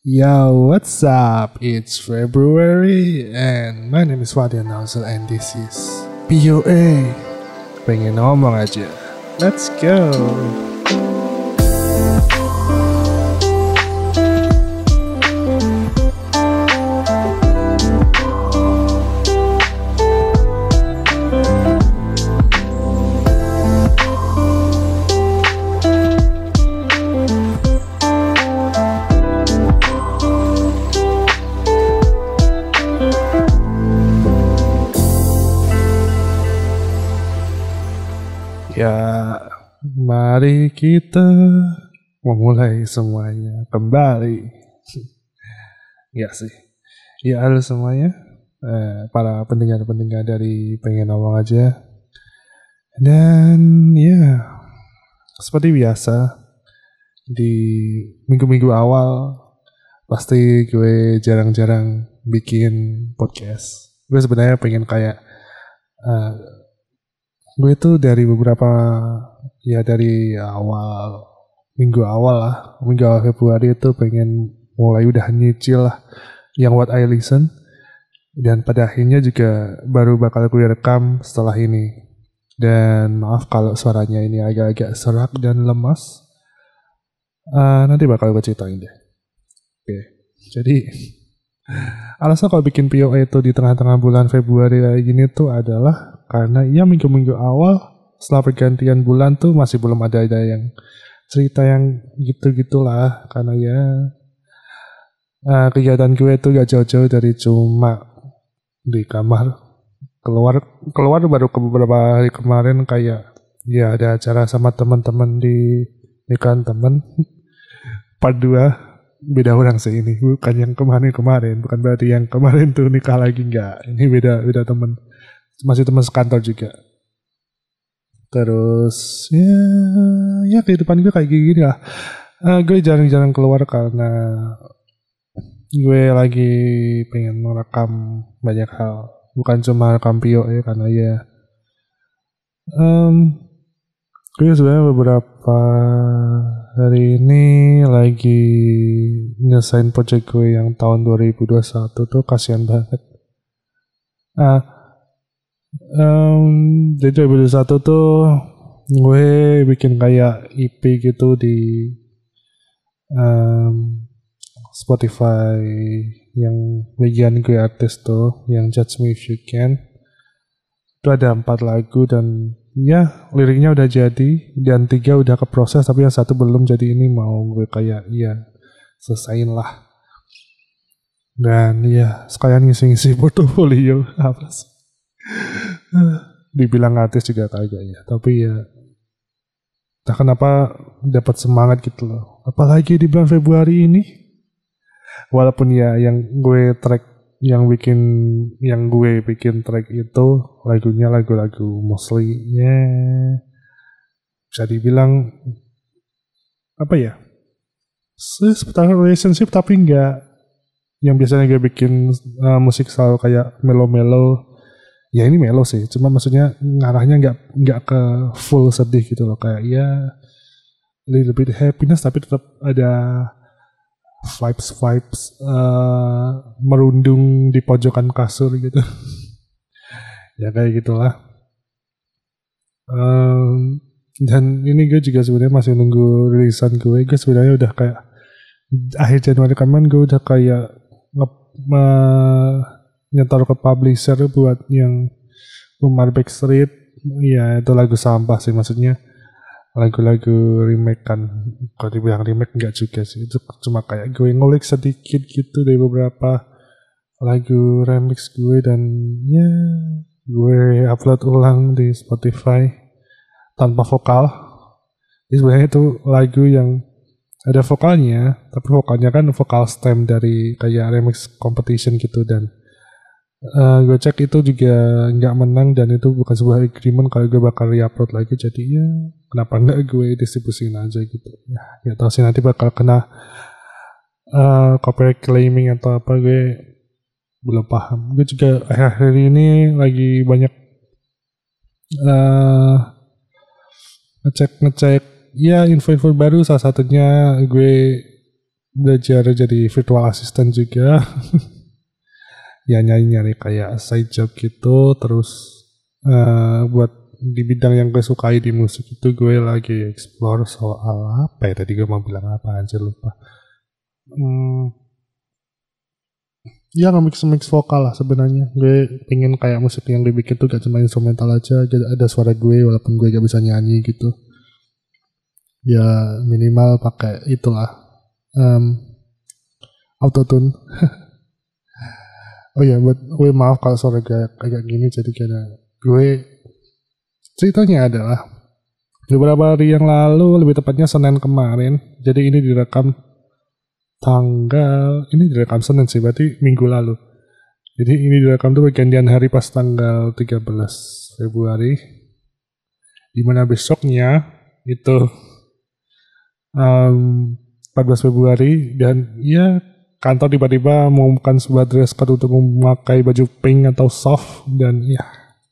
Yo, what's up? It's February and my name is Wadian Nausel and this is POA. Pengen ngomong aja. Let's go. Ya, mari kita memulai semuanya kembali. Ya sih. Ya, halo semuanya. Para pendengar-pendengar dari Pengen Ngomong Aja. Dan ya, seperti biasa di minggu-minggu awal pasti gue jarang-jarang bikin podcast. Gue sebenarnya pengen kayak gue tuh dari minggu awal Februari itu pengen mulai udah nyicil lah yang What I Listen, dan pada akhirnya juga baru bakal gue rekam setelah ini. Dan maaf kalau suaranya ini agak-agak serak dan lemas, nanti bakal gue ceritain deh. Oke, jadi alasan kalau bikin POA itu di tengah-tengah bulan Februari kayak gini tuh adalah karena ya minggu-minggu awal setelah pergantian bulan tuh masih belum ada yang cerita yang gitu-gitulah. Karena ya kegiatan gue tuh gak jauh-jauh dari cuma di kamar. Keluar baru ke beberapa hari kemarin kayak ya ada acara sama teman-teman di nikahan temen. Part 2 beda orang sih ini, bukan yang kemarin, bukan berarti yang kemarin tuh nikah lagi, enggak. Ini beda teman. Masih teman sekantor juga. Terus ya kehidupan gue kayak gini lah. Gue jarang-jarang keluar karena gue lagi pengen merekam banyak hal. Bukan cuma rekam PO ya, karena ya gue sebenarnya beberapa hari ini lagi nyesain project gue yang tahun 2021 tuh, kasihan banget. Jadi 2021 tuh gue bikin kayak EP gitu di Spotify yang bagian gue artis tuh, yang Judge Me If You Can. Itu ada 4 lagu dan ya liriknya udah jadi, dan 3 udah keproses tapi yang 1 belum. Jadi ini mau gue kayak selesain lah. Dan ya sekalian ngisi-ngisi portofolio apa sih. Dibilang artis juga kagak ya, tapi ya entah kenapa dapat semangat gitu loh, apalagi di bulan Februari ini. Walaupun ya yang gue bikin track itu lagunya lagu-lagu mostly bisa dibilang apa ya, seputar relationship, tapi enggak yang biasanya gue bikin musik selalu kayak melo-melo. Ya ini melo sih, cuma maksudnya ngarahnya nggak ke full sedih gitu loh, kayak ya little bit happiness tapi tetap ada vibes merundung di pojokan kasur gitu. Ya kayak gitulah. Dan ini gue juga sebenarnya masih nunggu rilisan gue. Gue sebenarnya udah kayak akhir Januari kemarin gue udah kayak nyetor ke publisher buat yang Umar Backstreet. Ya itu lagu sampah sih, maksudnya lagu-lagu remake kan. Kalau dibilang remake enggak juga sih, itu cuma kayak gue ngulik sedikit gitu dari beberapa lagu remix gue, dan ya gue upload ulang di Spotify tanpa vokal. Jadi sebenarnya itu lagu yang ada vokalnya, tapi vokalnya kan vokal stem dari kayak remix competition gitu. Dan gue cek itu juga nggak menang, dan itu bukan sebuah agreement kalau gue bakal re-upload lagi. Jadi ya kenapa nggak gue distribusiin aja gitu. Ya nggak tahu sih nanti bakal kena copyright claiming atau apa, gue belum paham. Gue juga akhir-akhir ini lagi banyak ngecek ya info-info baru. Salah satunya gue belajar jadi virtual assistant juga. Ya nyari-nyari kayak side job gitu. Terus buat di bidang yang gue sukai di musik itu gue lagi explore soal apa ya, tadi gue mau bilang apa aja lupa. Ya nge-mix vokal lah sebenarnya. Gue pengen kayak musik yang gue bikin tuh gak cuma instrumental aja, ada suara gue walaupun gue gak bisa nyanyi gitu. Ya minimal pakai itulah autotune. Oh ya, buat gue maaf kalau suara gue kayak gini, jadi karena gue ceritanya adalah beberapa hari yang lalu, lebih tepatnya Senin kemarin. Jadi ini direkam Senin sih, berarti minggu lalu. Jadi ini direkam tuh pergantian hari pas tanggal 13 Februari. Dimana besoknya itu 14 Februari, dan ya kantor tiba-tiba mengumumkan sebuah dress code untuk memakai baju pink atau soft. Dan ya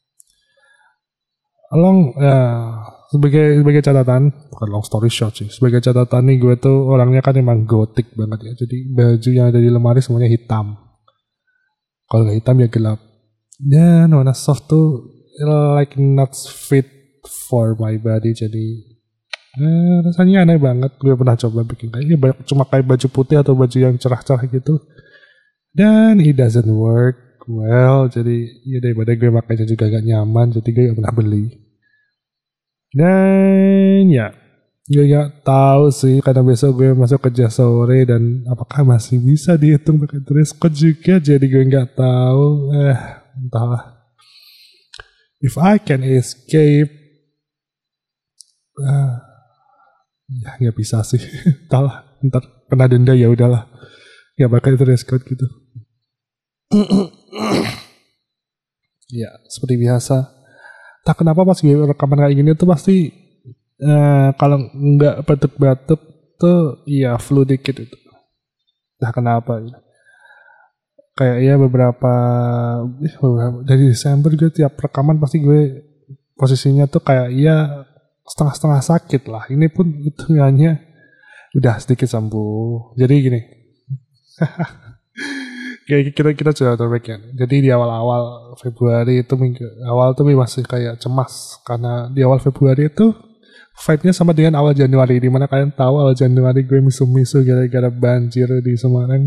sebagai catatan, bukan long story short sih, sebagai catatan nih, gue tuh orangnya kan emang gotik banget ya. Jadi baju yang ada di lemari semuanya hitam. Kalau gak hitam ya gelap. Dan warna soft tuh like not fit for my body. Jadi rasanya aneh banget. Gue pernah coba bikin kayak cuma kayak baju putih atau baju yang cerah-cerah gitu, dan it doesn't work well. Jadi ya daripada gue makanya juga gak nyaman, jadi gue gak pernah beli. Dan ya gue gak tahu sih, karena besok gue masuk kerja sore dan apakah masih bisa dihitung pakai dress code juga. Jadi gue gak tahu. Entahlah. If I can escape, ya nggak bisa sih. Entahlah, ntar kena denda ya udahlah, nggak pakai dress code gitu. Ya seperti biasa, tak kenapa pas gue rekaman kayak gini tuh pasti kalau nggak batuk-batuk tuh ya flu dikit itu. Tak kenapa gitu. Kayak ya beberapa dari Desember gue tiap rekaman pasti gue posisinya tuh kayak ya setengah-setengah sakit lah. Ini pun hitungannya udah sedikit sembuh. Jadi gini, kita sudah terbaik ya. Jadi di awal-awal Februari itu, minggu awal tuh masih kayak cemas, karena di awal Februari itu vibe-nya sama dengan awal Januari, dimana kalian tahu awal Januari gue misu-misu gara-gara banjir di Semarang.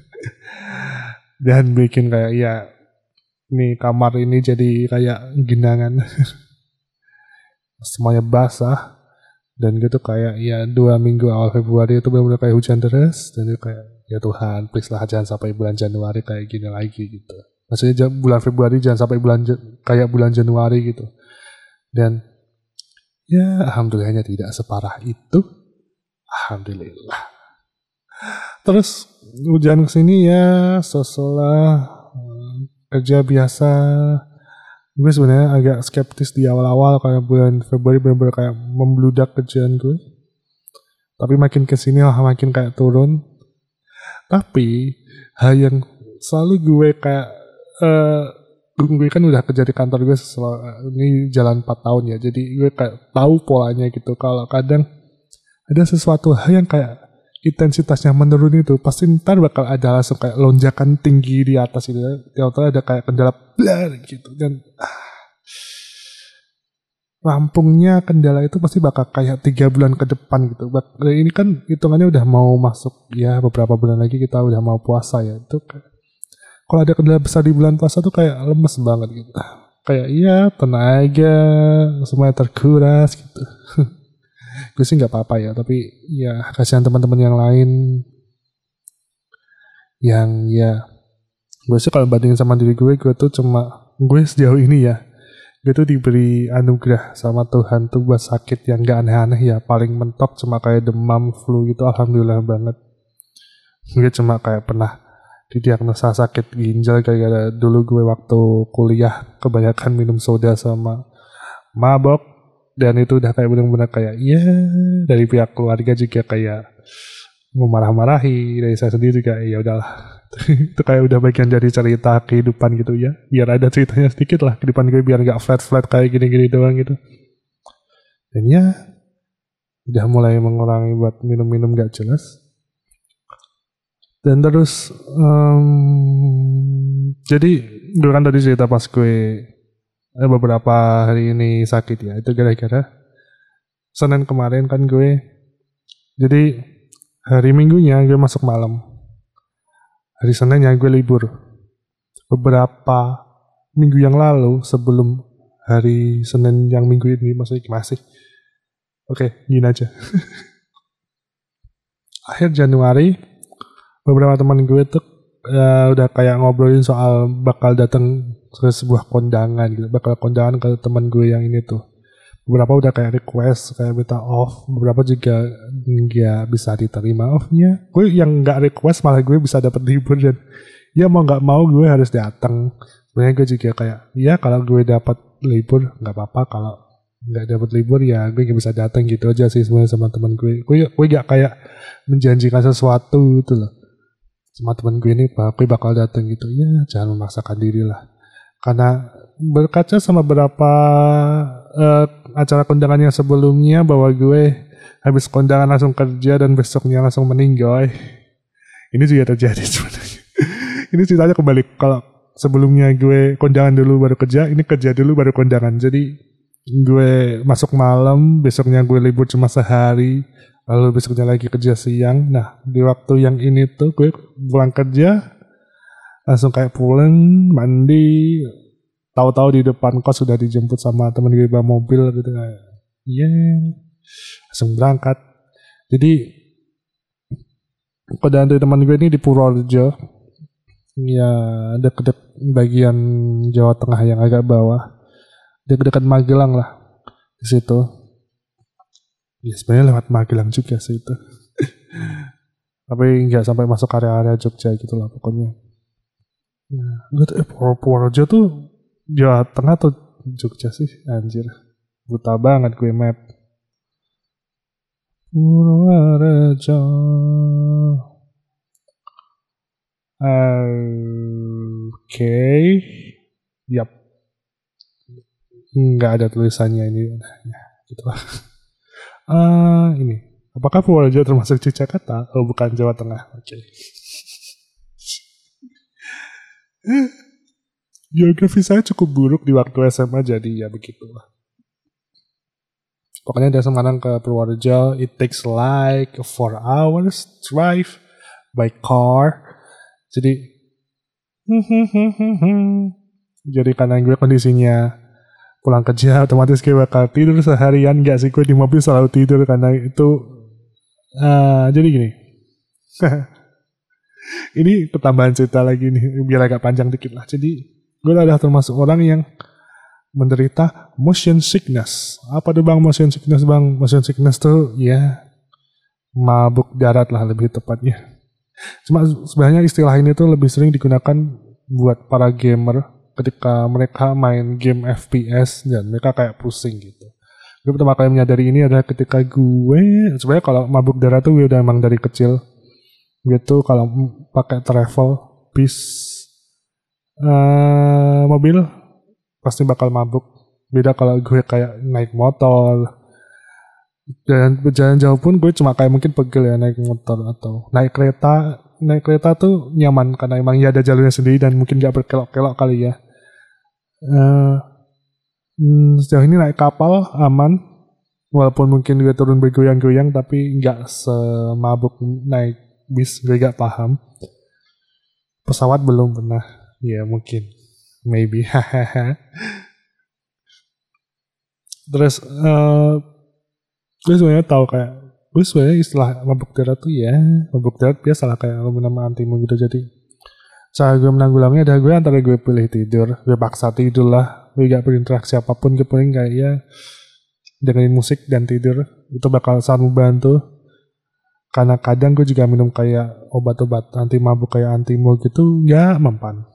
Dan bikin kayak ya nih kamar ini jadi kayak genangan. Semuanya basah. Dan gitu kayak ya 2 minggu awal Februari itu benar-benar kayak hujan deras. Dan itu kayak ya Tuhan please lah jangan sampai bulan Januari kayak gini lagi gitu. Maksudnya bulan Februari jangan sampai kayak bulan Januari gitu. Dan ya alhamdulillahnya tidak separah itu. Alhamdulillah. Terus hujan kesini ya setelah kerja biasa. Gue sebenarnya agak skeptis di awal-awal, kayak bulan Februari benar-benar kayak membludak kerjaan gue. Tapi makin kesini makin kayak turun. Tapi hal yang selalu gue kayak gue kan udah kerja di kantor gue ini jalan 4 tahun ya. Jadi gue kayak tahu polanya gitu. Kalau kadang ada sesuatu hal yang kayak intensitasnya menurun itu, pasti ntar bakal ada langsung kayak lonjakan tinggi di atas itu. Tiba-tiba ada kayak kendala blar gitu. Dan rampungnya kendala itu pasti bakal kayak 3 bulan ke depan gitu. Ini kan hitungannya udah mau masuk ya, beberapa bulan lagi kita udah mau puasa ya. Itu kalau ada kendala besar di bulan puasa tuh kayak lemes banget gitu. Kayak iya tenaga semuanya terkuras gitu. Gue sih nggak apa-apa ya, tapi ya kasihan teman-teman yang lain yang ya gue sih kalau bandingin sama diri gue tuh gue sejauh ini ya, gue tuh diberi anugerah sama Tuhan tuh buat sakit yang gak aneh-aneh ya. Paling mentok cuma kayak demam, flu gitu, alhamdulillah banget. Gue cuma kayak pernah didiagnosa sakit ginjal gara-gara dulu gue waktu kuliah kebanyakan minum soda sama mabok. Dan itu udah kayak benar-benar kayak ya dari pihak keluarga juga kayak memarah-marahi, dari saya sendiri juga ya udahlah. Itu kayak udah bagian dari cerita kehidupan gitu ya, biar ada ceritanya sedikit lah kehidupan gue, biar gak flat kayak gini-gini doang gitu. Dan ya udah mulai mengurangi buat minum-minum gak jelas. Dan terus jadi gue kan tadi cerita pas gue beberapa hari ini sakit ya, itu gara-gara Senin kemarin kan gue, jadi hari Minggunya gue masuk malam, hari Seninnya gue libur. Beberapa minggu yang lalu sebelum hari Senin yang minggu ini masih oke, gini aja. Akhir Januari beberapa teman gue tuh udah kayak ngobrolin soal bakal datang ke sebuah kondangan gitu, bakal kondangan ke teman gue yang ini tuh. Beberapa udah kayak request, kayak minta off, beberapa juga nggak bisa diterima offnya. Gue yang nggak request malah gue bisa dapat libur, dan ya mau nggak mau gue harus datang. Sebenarnya gue juga kayak, ya kalau gue dapat libur nggak apa-apa, kalau nggak dapat libur ya gue nggak bisa datang gitu aja sih sebenarnya sama teman gue. Gue nggak kayak menjanjikan sesuatu gitu loh sama teman gue ini, gue bakal datang gitu. Ya jangan memaksakan diri lah, karena berkaca sama beberapa acara kondangan yang sebelumnya bahwa gue habis kondangan langsung kerja dan besoknya langsung meninggal. Ini juga terjadi sebenarnya. Ini ceritanya kebalik. Kalau sebelumnya gue kondangan dulu baru kerja, ini kerja dulu baru kondangan. Jadi gue masuk malam, besoknya gue libur cuma sehari, lalu besoknya lagi kerja siang. Nah di waktu yang ini tuh gue pulang kerja langsung kayak pulang mandi, tahu-tahu di depan kos sudah dijemput sama temen gue bawa mobil gitu kayak langsung berangkat. Jadi kondangan dari teman gue ini di Purworejo, ya deket bagian Jawa Tengah yang agak bawah, dekat Magelang lah di situ. Ya sebenarnya lewat Magelang juga sih itu. Tapi nggak sampai masuk area-area Jogja gitu lah pokoknya. Nah, gue tuh Purworejo tuh Jawa Tengah atau Jogja sih, anjir. Buta banget gue map. Purworejo. Oke. Yap. Nggak ada tulisannya ini. Nah, gitu lah. Ini. Apakah Purworejo termasuk Jakarta? Oh, bukan Jawa Tengah. Oke. Geografi saya cukup buruk di waktu SMA, jadi ya begitulah. Pokoknya dari Semarang ke Purworejo, it takes like 4 hours drive by car. Jadi karena gue kondisinya pulang kerja, otomatis gue bakal tidur seharian. Gak sih, gue di mobil selalu tidur karena itu. Jadi gini. Ini ketambahan cerita lagi nih, biar agak panjang dikit lah. Jadi gue adalah termasuk orang yang menderita motion sickness. Apa tuh bang motion sickness bang? Motion sickness tuh ya mabuk darat lah lebih tepatnya. Cuma sebenarnya istilah ini tuh lebih sering digunakan buat para gamer ketika mereka main game FPS dan mereka kayak pusing gitu. Gue pertama kali menyadari ini adalah ketika gue, sebenarnya kalau mabuk darat tuh gue udah emang dari kecil. Gue tuh kalau pakai travel bis mobil pasti bakal mabuk. Beda kalau gue kayak naik motor dan berjalan jauh pun gue cuma kayak mungkin pegel ya naik motor atau naik kereta. Naik kereta tuh nyaman karena emang ya ada jalurnya sendiri dan mungkin gak berkelok-kelok kali ya. Sejauh ini naik kapal aman, walaupun mungkin gue turun bergoyang-goyang tapi gak semabuk naik bis. Gue gak paham. Pesawat belum pernah. Ya mungkin, maybe. Terus gue sebenarnya tahu kayak gue sebenarnya istilah mabuk darat tuh ya mabuk darat biasa lah kayak lu nama antimu gitu. Jadi cara gue menanggulanginya adalah gue antara gue pilih tidur, gue paksa tidur lah, gue gak berinteraksi apapun, gue paling kayak ya dengerin musik dan tidur. Itu bakal sangat membantu. Karena kadang gue juga minum kayak obat-obat anti mabuk kayak antimo gitu, gak mempan.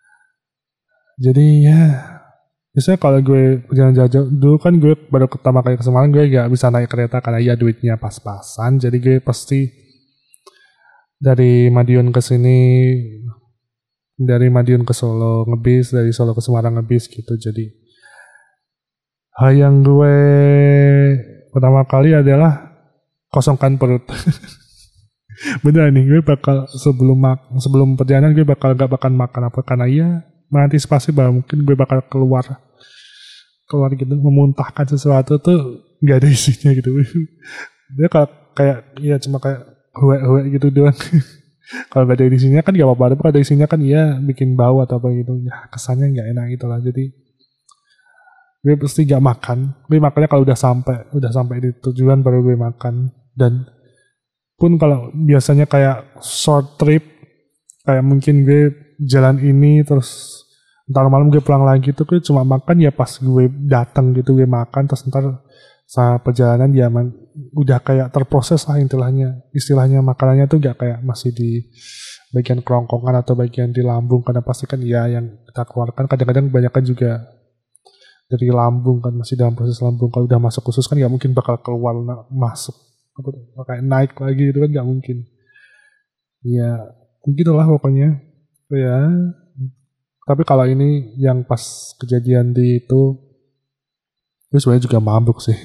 Jadi ya, biasanya kalau gue jalan jauh dulu kan gue baru pertama kali ke Semarang, gue gak bisa naik kereta karena ya duitnya pas-pasan. Jadi gue pasti dari Madiun ke sini, dari Madiun ke Solo ngebis, dari Solo ke Semarang ngebis gitu. Jadi hal yang gue pertama kali adalah kosongkan perut. Beneran nih, gue bakal sebelum perjalanan gue gak bakal makan apa karena ya mengantisipasi bahwa mungkin gue bakal keluar gitu memuntahkan sesuatu tuh nggak ada isinya gitu. Dia kalau kayak ya cuma kayak hue gitu doang. Kalau nggak ada isinya kan nggak apa-apa, tapi kalau ada isinya kan ya bikin bau atau apa gitu, ya kesannya nggak enak gitu lah. Jadi gue pasti nggak makan. Gue makannya kalau udah sampai di tujuan baru gue makan. Dan pun kalau biasanya kayak short trip, kayak mungkin gue jalan ini terus ntar malam gue pulang lagi tuh gue cuma makan ya pas gue datang gitu gue makan, terus ntar saat perjalanan ya udah kayak terproses lah istilahnya makanannya tuh gak kayak masih di bagian kerongkongan atau bagian di lambung, karena pasti kan ya yang kita keluarkan kadang-kadang kebanyakan juga dari lambung kan, masih dalam proses lambung. Kalau udah masuk usus kan gak mungkin bakal keluar masuk kayak naik lagi itu kan gak mungkin. Ya begitulah pokoknya ya. Tapi kalau ini yang pas kejadian di itu sebenarnya juga mabuk sih.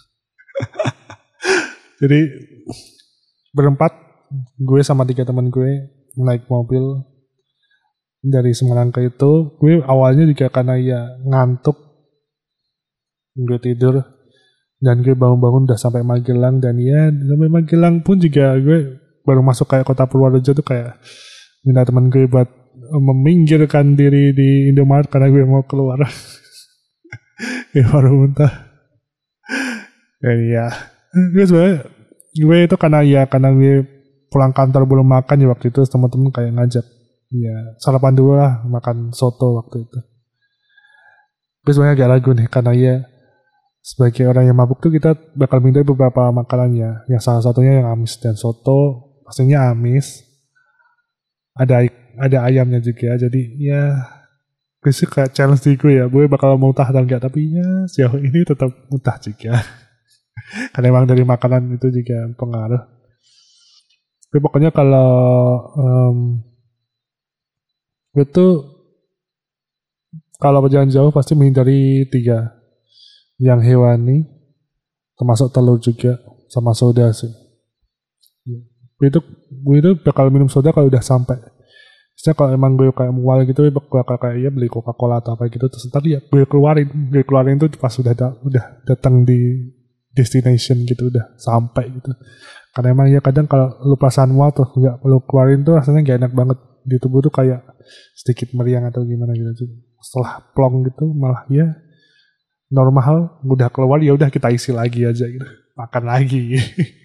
Jadi berempat, gue sama 3 teman gue naik mobil dari Semarang ke itu. Gue awalnya juga karena ya ngantuk, gue tidur dan gue bangun-bangun udah sampai Magelang. Dan ya sampai Magelang pun juga gue baru masuk kayak kota Purworejo tuh kayak minta teman gue buat meminggirkan diri di Indomaret karena gue mau keluar. Gue baru muntah. Dan ya gue sebenarnya itu karena gue pulang kantor belum makan ya waktu itu, teman-teman kayak ngajak ya sarapan dulu lah, makan soto waktu itu. Gue sebenarnya agak ragu nih karena ya sebagai orang yang mabuk tuh kita bakal minta beberapa makanan ya, yang salah satunya yang amis, dan soto pastinya amis, ada ayamnya juga. Jadi ya gue sih kayak challenge di gue ya, gue bakal muntah atau enggak, tapi ya sejauh ini tetap muntah juga. Karena emang dari makanan itu juga pengaruh. Tapi pokoknya kalau gue tuh kalau perjalanan jauh pasti menghindari 3 yang hewani, termasuk telur juga, sama soda sih. Gue itu bakal minum soda kalau udah sampai. Misalnya kalau emang gue kayak mual gitu, gue bakal kayak ya beli Coca-Cola atau apa gitu, terus ntar ya gue keluarin tuh pas udah datang di destination gitu, udah sampai gitu. Karena emang ya kadang kalau lu perasaan mual tuh nggak lu keluarin tuh rasanya nggak enak banget di tubuh tuh, kayak sedikit meriang atau gimana gitu. Setelah plong gitu malah ya normal, udah keluar ya udah kita isi lagi aja gitu, makan lagi.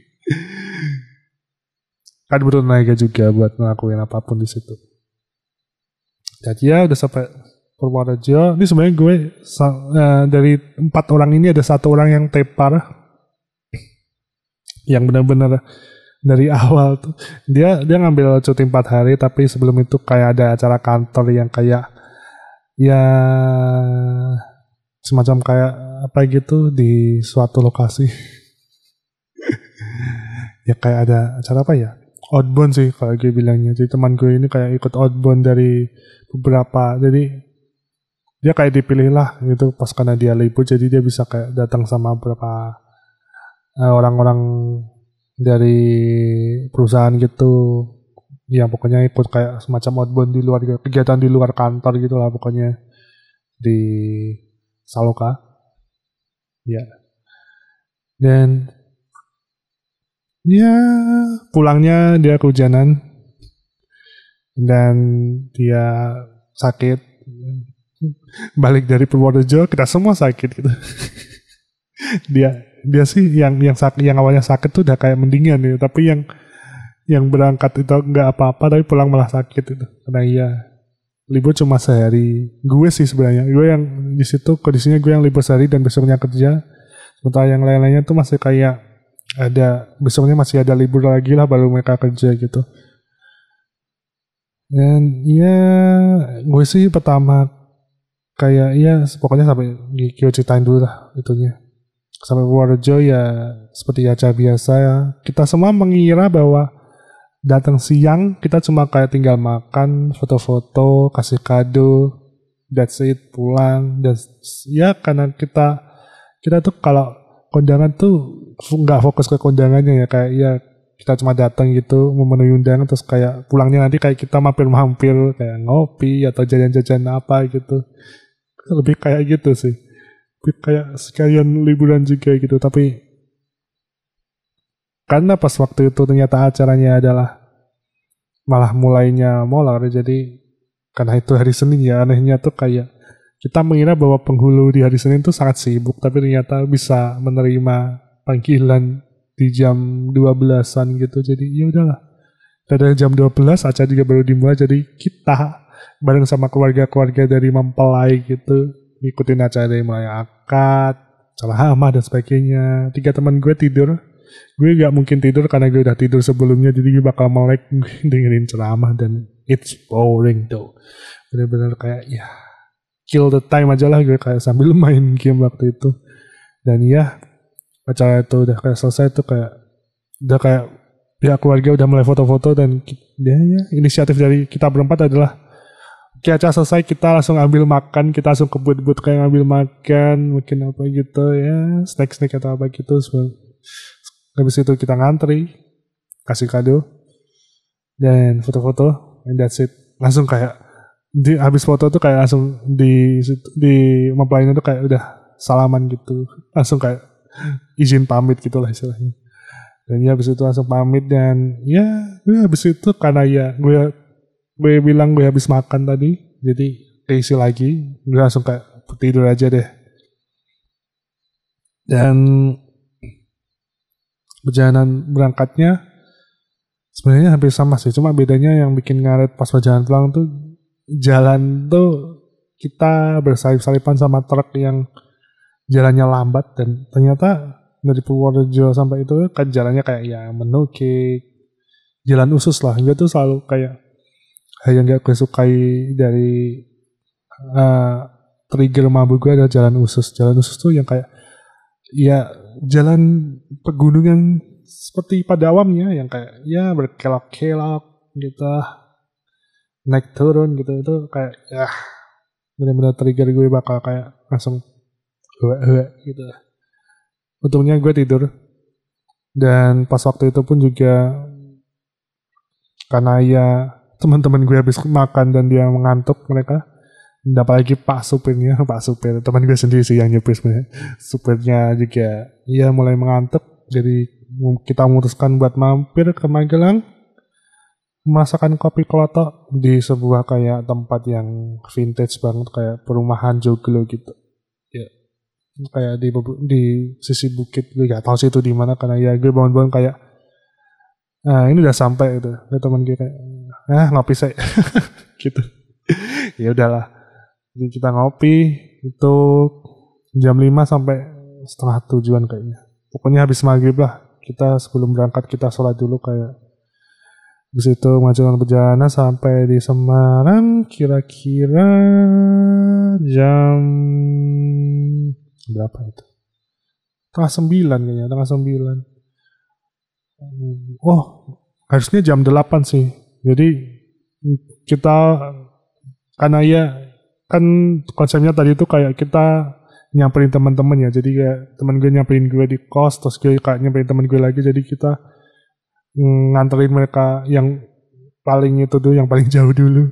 Kan butuh tenaga juga buat ngelakuin apapun di situ. Jadi ya udah sampai Purworejo. Ini sebenarnya gue dari 4 orang ini ada 1 orang yang tepar, yang benar-benar dari awal tuh dia ngambil cuti 4 hari, tapi sebelum itu kayak ada acara kantor yang kayak ya semacam kayak apa gitu di suatu lokasi. Ya kayak ada acara apa ya, outbound sih kalau gue bilangnya. Jadi teman gue ini kayak ikut outbound dari beberapa, jadi dia kayak dipilih lah gitu pas karena dia libur, jadi dia bisa kayak datang sama beberapa orang-orang dari perusahaan gitu, yang pokoknya ikut kayak semacam outbound di luar, kegiatan di luar kantor gitu lah pokoknya di Saloka ya. Dan ya pulangnya dia kehujanan dan dia sakit. Balik dari Purworejo kita semua sakit gitu. dia sih yang awalnya sakit tuh udah kayak mendingan gitu, tapi yang berangkat itu nggak apa-apa tapi pulang malah sakit itu. Karena iya libur cuma sehari. Gue sih sebenarnya gue yang di situ kondisinya gue yang libur sehari dan besoknya kerja, sementara yang lain-lainnya tuh masih kayak besoknya masih ada libur lagi lah baru mereka kerja gitu. Dan ya gue sih pertama kayak ya pokoknya sampai gue ceritain dulu lah itunya. Sampai Purworejo ya seperti acara biasa ya. Kita semua mengira bahwa datang siang kita cuma kayak tinggal makan, foto-foto, kasih kado, that's it, pulang. Dan ya karena kita tuh kalau kondangan tuh nggak fokus ke kondangannya ya, kayak ya kita cuma datang gitu memenuhi undangan, terus kayak pulangnya nanti kayak kita mampir-mampir kayak ngopi atau jajan-jajan apa gitu. Lebih kayak gitu sih, lebih kayak sekalian liburan juga gitu. Tapi karena pas waktu itu ternyata acaranya adalah malah mulainya molor, jadi karena itu hari Senin ya, anehnya tuh kayak kita mengira bahwa penghulu di hari Senin tuh sangat sibuk, tapi ternyata bisa menerima panggilan di jam 12-an gitu. Jadi ya udahlah. Dari jam 12 acara juga baru dimulai, jadi kita bareng sama keluarga-keluarga dari mempelai gitu ngikutin acara dari mulai akad, ceramah dan sebagainya. 3 teman gue tidur. Gue gak mungkin tidur karena gue udah tidur sebelumnya, jadi gue bakal melek dengerin ceramah dan it's boring tuh. Bener-bener kayak ya kill the time aja lah gue kayak sambil main game waktu itu. Dan ya acara itu udah kayak selesai tuh kayak udah kayak pihak keluarga udah mulai foto-foto dan ya inisiatif dari kita berempat adalah oke, acara selesai kita langsung ambil makan, kita langsung ke but-but kayak ngambil makan, mungkin apa gitu ya, snack-snack atau apa gitu. Habis itu kita ngantri, kasih kado, dan foto-foto, and that's it. Langsung kayak habis foto tuh kayak langsung di mempelainya tuh kayak udah salaman gitu, langsung kayak izin pamit gitu lah istilahnya. Dan ya habis itu langsung pamit dan ya habis itu karena ya gue bilang gue habis makan tadi, jadi keisi lagi, gue langsung kayak tidur aja deh. Dan perjalanan berangkatnya sebenarnya hampir sama sih, cuma bedanya yang bikin ngaret pas perjalanan pulang tuh jalan tuh kita bersalip-salipan sama truk yang jalannya lambat, dan ternyata dari Purworejo sampai itu kan jalannya kayak ya menukik, jalan usus lah. Gue tuh selalu kayak yang gak gue sukai dari trigger mabuk gue adalah jalan usus. Jalan usus tuh yang kayak ya jalan pegunungan seperti pada awamnya yang kayak ya berkelok-kelok gitu, naik turun gitu. Itu kayak ya benar-benar trigger gue bakal kayak langsung gitu. Untungnya gue tidur, dan pas waktu itu pun juga karena ya teman-teman gue habis makan dan dia mengantuk mereka, dan apalagi pak supir teman gue sendiri sih yang nyupir sebenarnya, supirnya juga ya mulai mengantuk, jadi kita memutuskan buat mampir ke Magelang merasakan kopi klotok di sebuah kayak tempat yang vintage banget, kayak perumahan joglo gitu ya, kayak di sisi bukit. Gue gak tahu sih itu di mana karena ya gue bangun-bangun kayak ini udah sampai gitu. Ya teman gue kayak ngopi saya gitu. Ya udahlah. Jadi kita ngopi itu jam 5 sampai setengah 7-an kayaknya. Pokoknya habis maghrib lah. Kita sebelum berangkat kita sholat dulu kayak. Habis itu melanjutkan perjalanan sampai di Semarang kira-kira jam berapa itu? Tengah 9 kayaknya, tengah 9. Oh, harusnya jam 8 sih. Jadi kita karena ya kan konsepnya tadi itu kayak kita nyamperin teman-teman ya. Jadi kayak teman gue nyamperin gue di kos, terus gue kayak nyamperin teman gue lagi. Jadi kita nganterin mereka yang paling itu tuh, yang paling jauh dulu.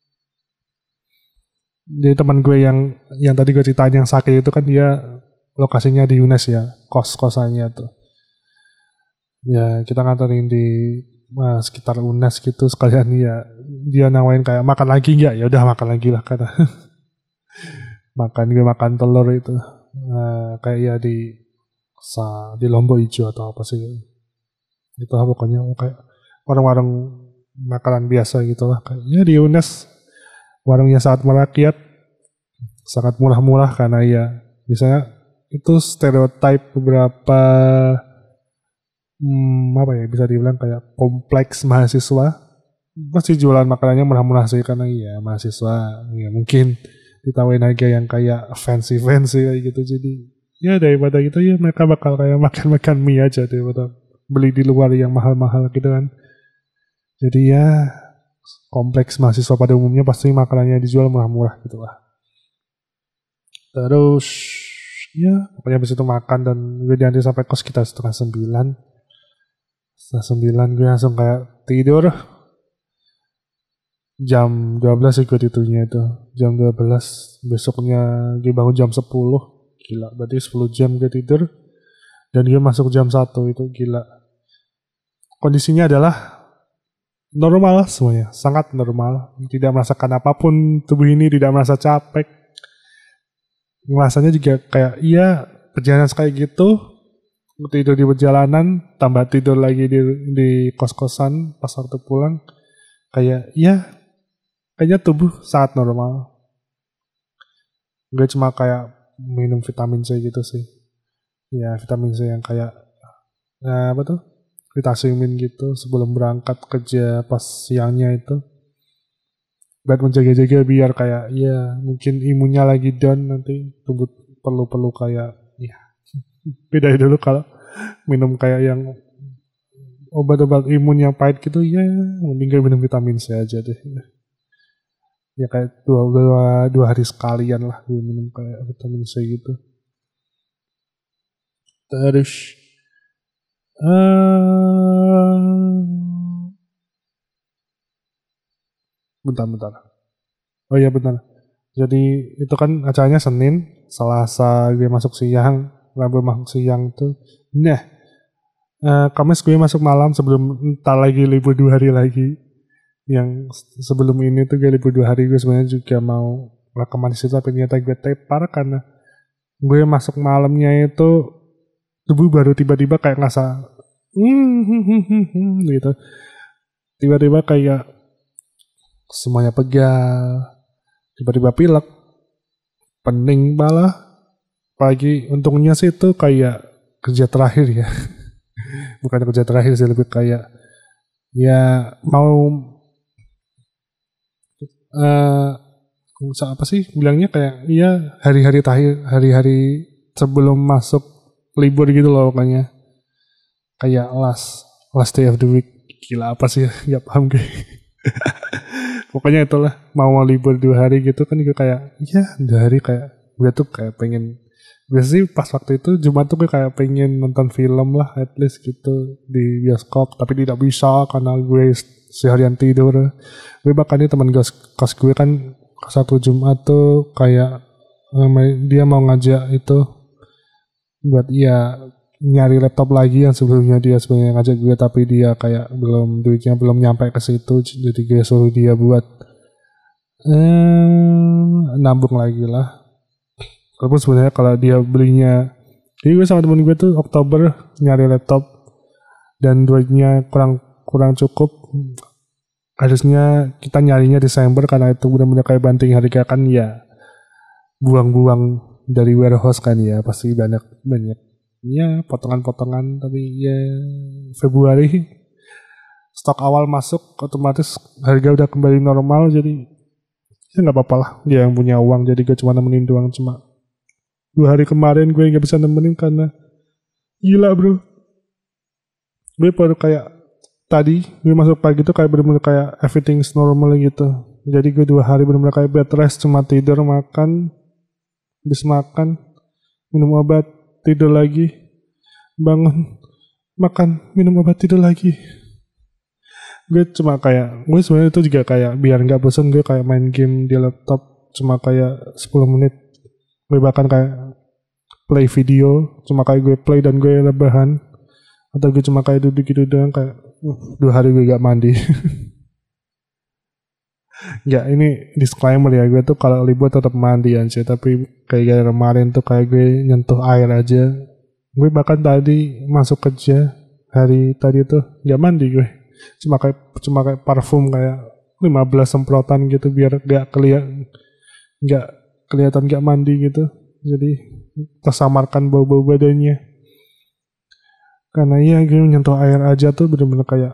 Jadi teman gue yang tadi gue ceritain yang sakit itu kan dia lokasinya di UNES ya, kos-kosannya tuh. Ya kita nganterin di sekitar UNES gitu, sekalian ya dia nawain kayak makan lagi nggak, ya udah makan lagi lah kata. makan telur itu kayak ya di Lombok Hijau atau apa sih itu pokoknya kayak warung-warung makanan biasa gitu lah, kayaknya di UNES warungnya sangat merakyat, sangat murah-murah karena ya misalnya itu stereotype beberapa apa ya bisa dibilang kayak kompleks mahasiswa masih jualan makanannya murah-murah sih, karena ya mahasiswa ya mungkin ditawarin harga yang kayak fancy kayak gitu. Jadi ya daripada gitu ya mereka bakal kayak makan mie aja daripada beli di luar yang mahal-mahal gitu kan. Jadi ya kompleks mahasiswa pada umumnya pasti makanannya dijual murah-murah gitu lah. Terus ya pokoknya habis itu makan dan gue diantar sampai kos kita setengah 9. Setengah 9 gue langsung kayak tidur. Jam 12 sih gue tidurnya itu. Jam 12. Besoknya gue bangun jam 10. Gila, berarti 10 jam gue tidur. Dan gue masuk jam 1, itu gila. Kondisinya adalah normal semuanya. Sangat normal. Tidak merasakan apapun. Tubuh ini tidak merasa capek. Ngerasanya juga kayak, iya perjalanan kayak gitu. Tidur di perjalanan, tambah tidur lagi di kos-kosan pas waktu pulang. Kayak, iya, kayaknya tubuh sangat normal. Gue cuma kayak minum vitamin C gitu sih. Ya, vitamin C yang kayak, apa tuh? Vitamin gitu sebelum berangkat kerja pas siangnya itu. Buat menjaga-jaga biar kayak, ya mungkin imunnya lagi down nanti. Tubuh perlu kayak, ya beda dulu kalau minum kayak yang obat-obat imun yang pahit gitu, ya mending gue minum vitamin C aja deh. Ya kayak dua hari sekalian lah gue minum kayak vitamin C gitu. Terus bentar. Oh iya benar. Jadi itu kan acaranya Senin, Selasa gue masuk siang, Rabu masuk siang tuh. Nah, Kamis gue masuk malam sebelum entar lagi libur 2 hari lagi. Yang sebelum ini tuh gue libur 2 hari, gue sebenarnya juga mau rekaman di situ, tapi ternyata gue tepar karena gue masuk malamnya itu tubuh baru tiba-tiba kayak ngerasa gitu. Tiba-tiba kayak semuanya pegal, tiba-tiba pilek, pening malah. Pagi untungnya sih itu kayak kerja terakhir ya. Bukan kerja terakhir sih, lebih kayak ya mau apa sih bilangnya, kayak iya hari-hari terakhir, hari-hari sebelum masuk libur gitu loh, pokoknya kayak last day of the week. Gila apa sih ya, gak paham gue. Pokoknya itulah, mau libur 2 hari gitu kan, gue kayak iya 2 hari kayak gue tuh kayak pengen. Biasanya sih pas waktu itu Jumat tuh gue kayak pengen nonton film lah at least gitu di bioskop, tapi tidak bisa karena gue seharian tidur. Gue bahkan nih teman kos gue kan satu Jumat tuh kayak dia mau ngajak itu buat nyari laptop lagi yang sebelumnya dia sebenarnya ngajak gue, tapi dia kayak duitnya belum nyampe ke situ, jadi gue suruh dia buat nabung lagi lah. Walaupun sebenarnya kalau dia belinya, jadi gue sama temen gue tuh Oktober nyari laptop dan duitnya kurang cukup. Harusnya kita nyarinya Desember karena itu benar-benar kayak banting harga kan ya, buang-buang dari warehouse kan ya, pasti banyak ya potongan-potongan. Tapi ya Februari stok awal masuk, otomatis harga udah kembali normal, jadi ya nggak apa-apa lah, dia yang punya uang, jadi gue cuma nemenin doang. Cuma 2 hari kemarin gue nggak bisa nemenin karena gila bro, gue baru kayak tadi gue masuk pagi tuh kayak bener-bener kayak everything's normal gitu. Jadi gue 2 hari bener-bener kayak bed rest, cuma tidur, makan, habis makan, minum obat, tidur lagi, bangun, makan, minum obat, tidur lagi. Gue cuma kayak, gue sebenarnya itu juga kayak biar nggak bosan, gue kayak main game di laptop cuma kayak 10 menit. Gue bahkan kayak play video, cuma kayak gue play dan gue rebahan. Atau gue cuma kayak duduk gitu doang, kayak 2 hari gue gak mandi. Nggak, ini disclaimer ya, gue tuh kalau libur tetap mandi aja. Tapi kayak kemarin tuh kayak gue nyentuh air aja. Gue bahkan tadi masuk kerja hari tadi tuh gak mandi gue. Cuma kayak parfum kayak 15 semprotan gitu biar gak kelihatan gak mandi gitu. Jadi tersamarkan bau-bau badannya. Karena iya gue nyentuh air aja tuh bener-bener kayak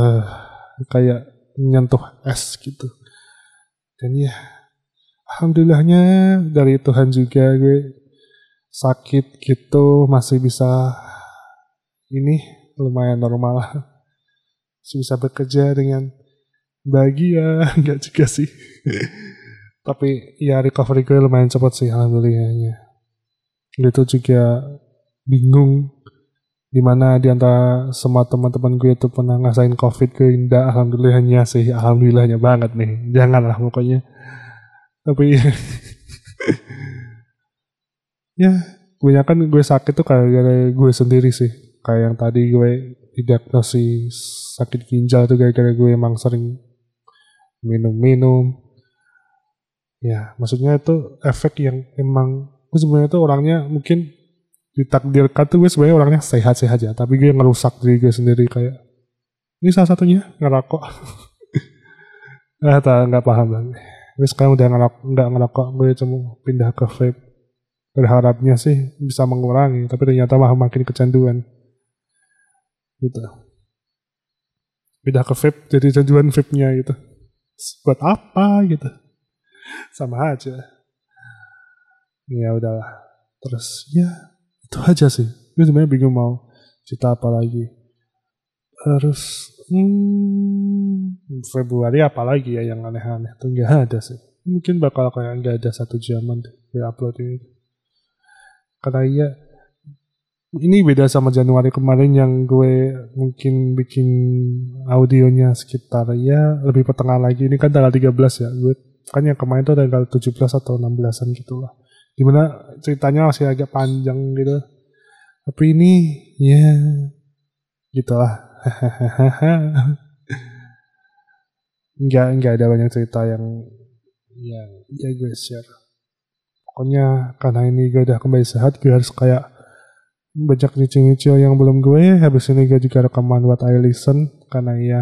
nyentuh es gitu. Dan ya alhamdulillahnya dari Tuhan juga gue sakit gitu masih bisa ini lumayan normal lah. Masih bisa bekerja dengan bahagia. Enggak juga sih. Tapi ya recovery gue lumayan cepat sih alhamdulillahnya. Gue tuh juga bingung, Dimana di antara semua teman-teman gue itu pernah ngasain COVID, gue enggak, alhamdulillahnya sih, alhamdulillahnya banget nih. Janganlah pokoknya. Tapi ya, kebanyakan gue sakit tuh gara-gara gue sendiri sih. Kayak yang tadi gue didiagnosis sakit ginjal tuh gara-gara gue emang sering minum-minum. Ya, maksudnya itu efek yang emang gue sebenarnya tuh orangnya mungkin ditakdirkan tuh gue sebenarnya orangnya sehat-sehat aja, tapi gue ngerusak diri gue sendiri kayak ini salah satunya ngerokok. Nggak paham lagi. Gue sekarang udah nggak ngerokok, gue cuma pindah ke vape. Berharapnya sih bisa mengurangi, tapi ternyata makin kecanduan. Gitu. Pindah ke vape, jadi kecanduan vape-nya gitu. Buat apa gitu? Sama aja. Ya udahlah. Terus ya itu aja sih. Gue sebenarnya bingung mau cerita apa lagi. Terus Februari apa lagi ya yang aneh-aneh tuh nggak ada sih. Mungkin bakal kayak nggak ada 1 jaman deh gue upload ini. Karena ya ini beda sama Januari kemarin yang gue mungkin bikin audionya sekitar ya lebih pertengahan lagi. Ini kan tanggal 13 ya. Gue kan yang kemarin tuh tanggal 17 atau 16an gitu lah. Dimana ceritanya masih agak panjang gitu. Tapi ini ya gitulah. Nggak ada banyak cerita yang ya gue share. Pokoknya karena ini gue udah kembali sehat, gue harus kayak banyak nyicil-nyicil yang belum gue. Habis ini gue juga rekaman buat I Listen karena ya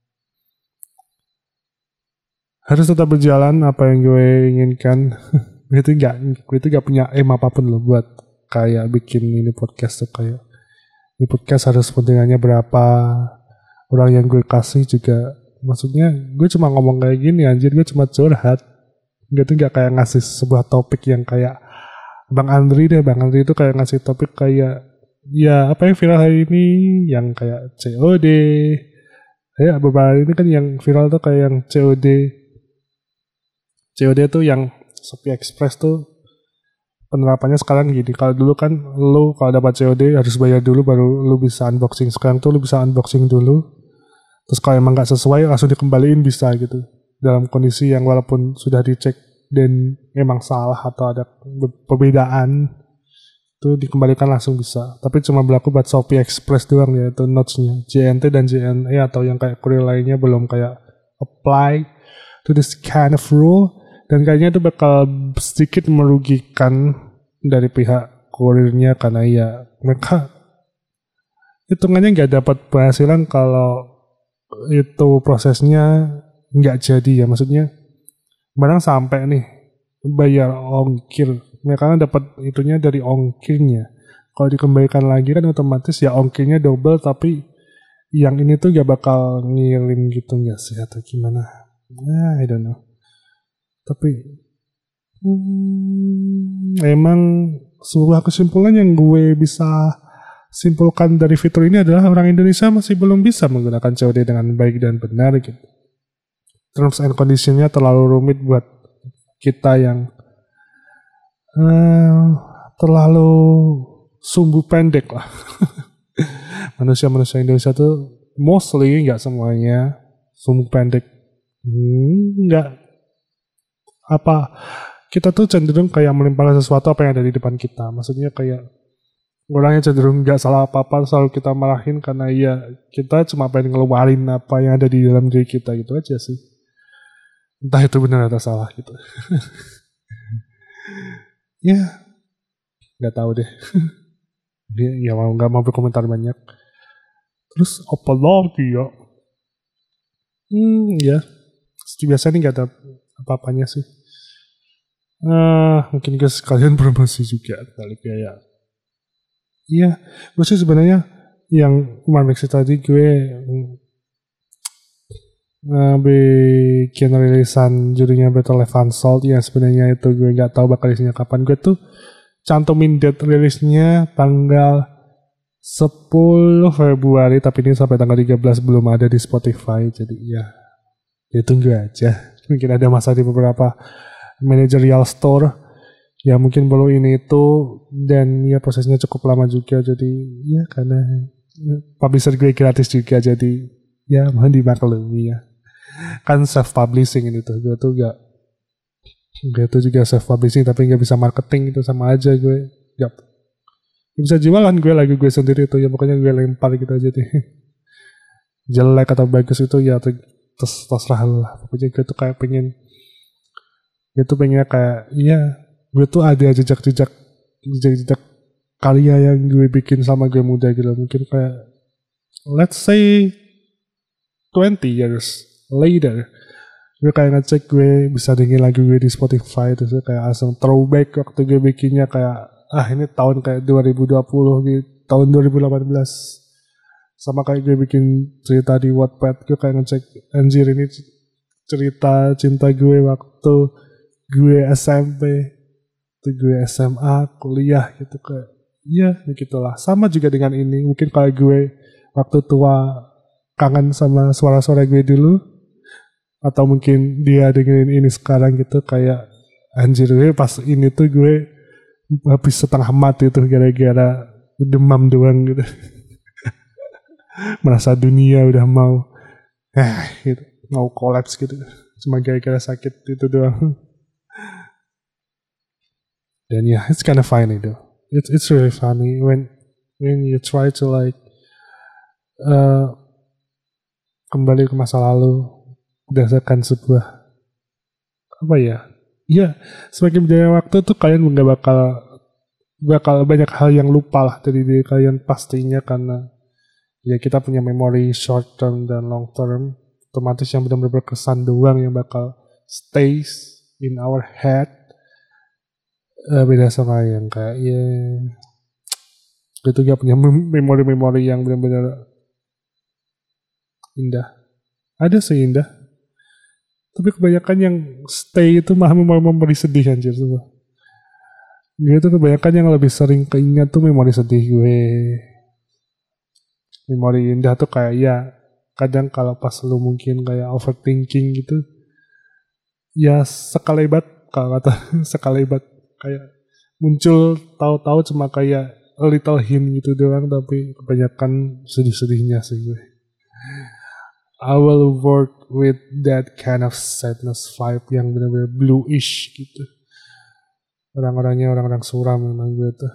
harus tetap berjalan apa yang gue inginkan. gue itu gak punya aim apapun loh buat kayak bikin ini podcast tuh kayak ini podcast harus pendengarnya berapa, orang yang gue kasih juga, maksudnya gue cuma ngomong kayak gini anjir, gue cuma curhat. Gue tuh gak kayak ngasih sebuah topik yang kayak Bang Andri itu kayak ngasih topik kayak ya apa yang viral hari ini yang kayak COD. Ya beberapa hari ini kan yang viral tuh kayak yang COD tuh yang Shopee Express tuh penerapannya sekarang gini. Kalau dulu kan lu kalau dapat COD harus bayar dulu baru lu bisa unboxing. Sekarang tuh lu bisa unboxing dulu. Terus kalau emang gak sesuai langsung dikembaliin bisa gitu. Dalam kondisi yang walaupun sudah dicek dan emang salah atau ada perbedaan itu dikembalikan langsung bisa. Tapi cuma berlaku buat Shopee Express doang ya, itu notch-nya. JNT dan JNE atau yang kayak kurir lainnya belum kayak apply to this kind of rule. Dan kayaknya itu bakal sedikit merugikan dari pihak kurirnya karena ya mereka hitungannya nggak dapat penghasilan kalau itu prosesnya nggak jadi ya. Maksudnya barang sampai nih bayar ongkir, mereka dapat itunya dari ongkirnya. Kalau dikembalikan lagi kan otomatis ya ongkirnya double, tapi yang ini tuh gak bakal ngirim gitu nggak sih atau gimana? I don't know. Tapi emang sebuah kesimpulan yang gue bisa simpulkan dari fitur ini adalah orang Indonesia masih belum bisa menggunakan COD dengan baik dan benar gitu. Terms and conditionnya terlalu rumit buat kita yang terlalu sumbu pendek lah. Manusia-manusia Indonesia tuh mostly, nggak semuanya, sumbu pendek. Nggak apa, kita tuh cenderung kayak melimpahkan sesuatu apa yang ada di depan kita. Maksudnya kayak orangnya cenderung nggak salah apa-apa, selalu kita marahin karena ya kita cuma pengen ngeluarin apa yang ada di dalam diri kita gitu aja sih. Entah itu benar atau salah gitu. Ya, nggak tahu deh. Ya mau nggak mau berkomentar banyak. Terus apa lagi ya? Ya, biasa nih nggak ada apa-apanya sih. Mungkin guys kalian promosi juga kali kayak. Iya, gue sih sebenarnya yang kemarin tadi gue bikin rilisan judulnya Battle of Unsolved yang sebenarnya itu gue nggak tahu bakal isinya kapan. Gue tuh cantumin date rilisnya tanggal 10 Februari tapi ini sampai tanggal 13 belum ada di Spotify, jadi ya tunggu aja. Mungkin ada masa di beberapa managerial store ya mungkin perlu ini itu, dan ya prosesnya cukup lama juga, jadi ya karena publisher gue gratis juga, jadi ya mohon dimaklumi ya. Kan self publishing ini tuh, gue tuh juga self publishing tapi nggak bisa marketing, itu sama aja gue gak bisa jualan gue lagu gue sendiri tuh, ya pokoknya gue lempar gitu aja deh. Jelek atau bagus itu ya terserah lah, pokoknya gue tuh kayak pengen, gue tuh pengen kayak iya, gue tuh ada jejak karya yang gue bikin sama gue muda gitu, mungkin kayak let's say 20 years later gue kayak ngecek gue bisa dengerin lagu gue di Spotify, terus kayak langsung throwback waktu gue bikinnya, kayak ini tahun kayak 2020 gitu, tahun 2018, sama kayak gue bikin cerita di Wattpad, gue kayak ngecek anjir ini cerita cinta gue waktu gue SMP, waktu gue SMA, kuliah gitu, kayak iya begitulah. Sama juga dengan ini, mungkin kayak gue waktu tua kangen sama suara-suara gue dulu, atau mungkin dia dengerin ini sekarang gitu, kayak anjir gue pas ini tuh gue habis setengah mati tuh gara-gara demam doang gitu. Merasa dunia udah mau gitu, mau kolaps gitu, cuma gara-gara sakit itu doang. Dan ya, it's kind of funny though. It's really funny when you try to like kembali ke masa lalu berdasarkan sebuah apa ya? Iya, semakin berjalannya waktu tuh kalian nggak bakal banyak hal yang lupa lah dari diri kalian pastinya, karena ya kita punya memori short term dan long term. Otomatis yang benar-benar berkesan doang yang bakal stays in our head. Beda sama yang kayak ya itu gak punya memori-memori yang benar-benar indah. Ada sih indah, tapi kebanyakan yang stay itu malah memori sedih anjir semua. Gue tuh kebanyakan yang lebih sering keinget tuh memori sedih gue. Memori indah tuh kayak ya kadang kalau pas lu mungkin kayak overthinking gitu, ya sekelebat, kalau kata sekelebat, kayak muncul tahu-tahu cuma kayak a little hint gitu doang, tapi kebanyakan sedih-sedihnya sih gue. I will work with that kind of sadness vibe yang benar-benar bluish gitu. Orang-orangnya orang-orang suram memang gue tuh.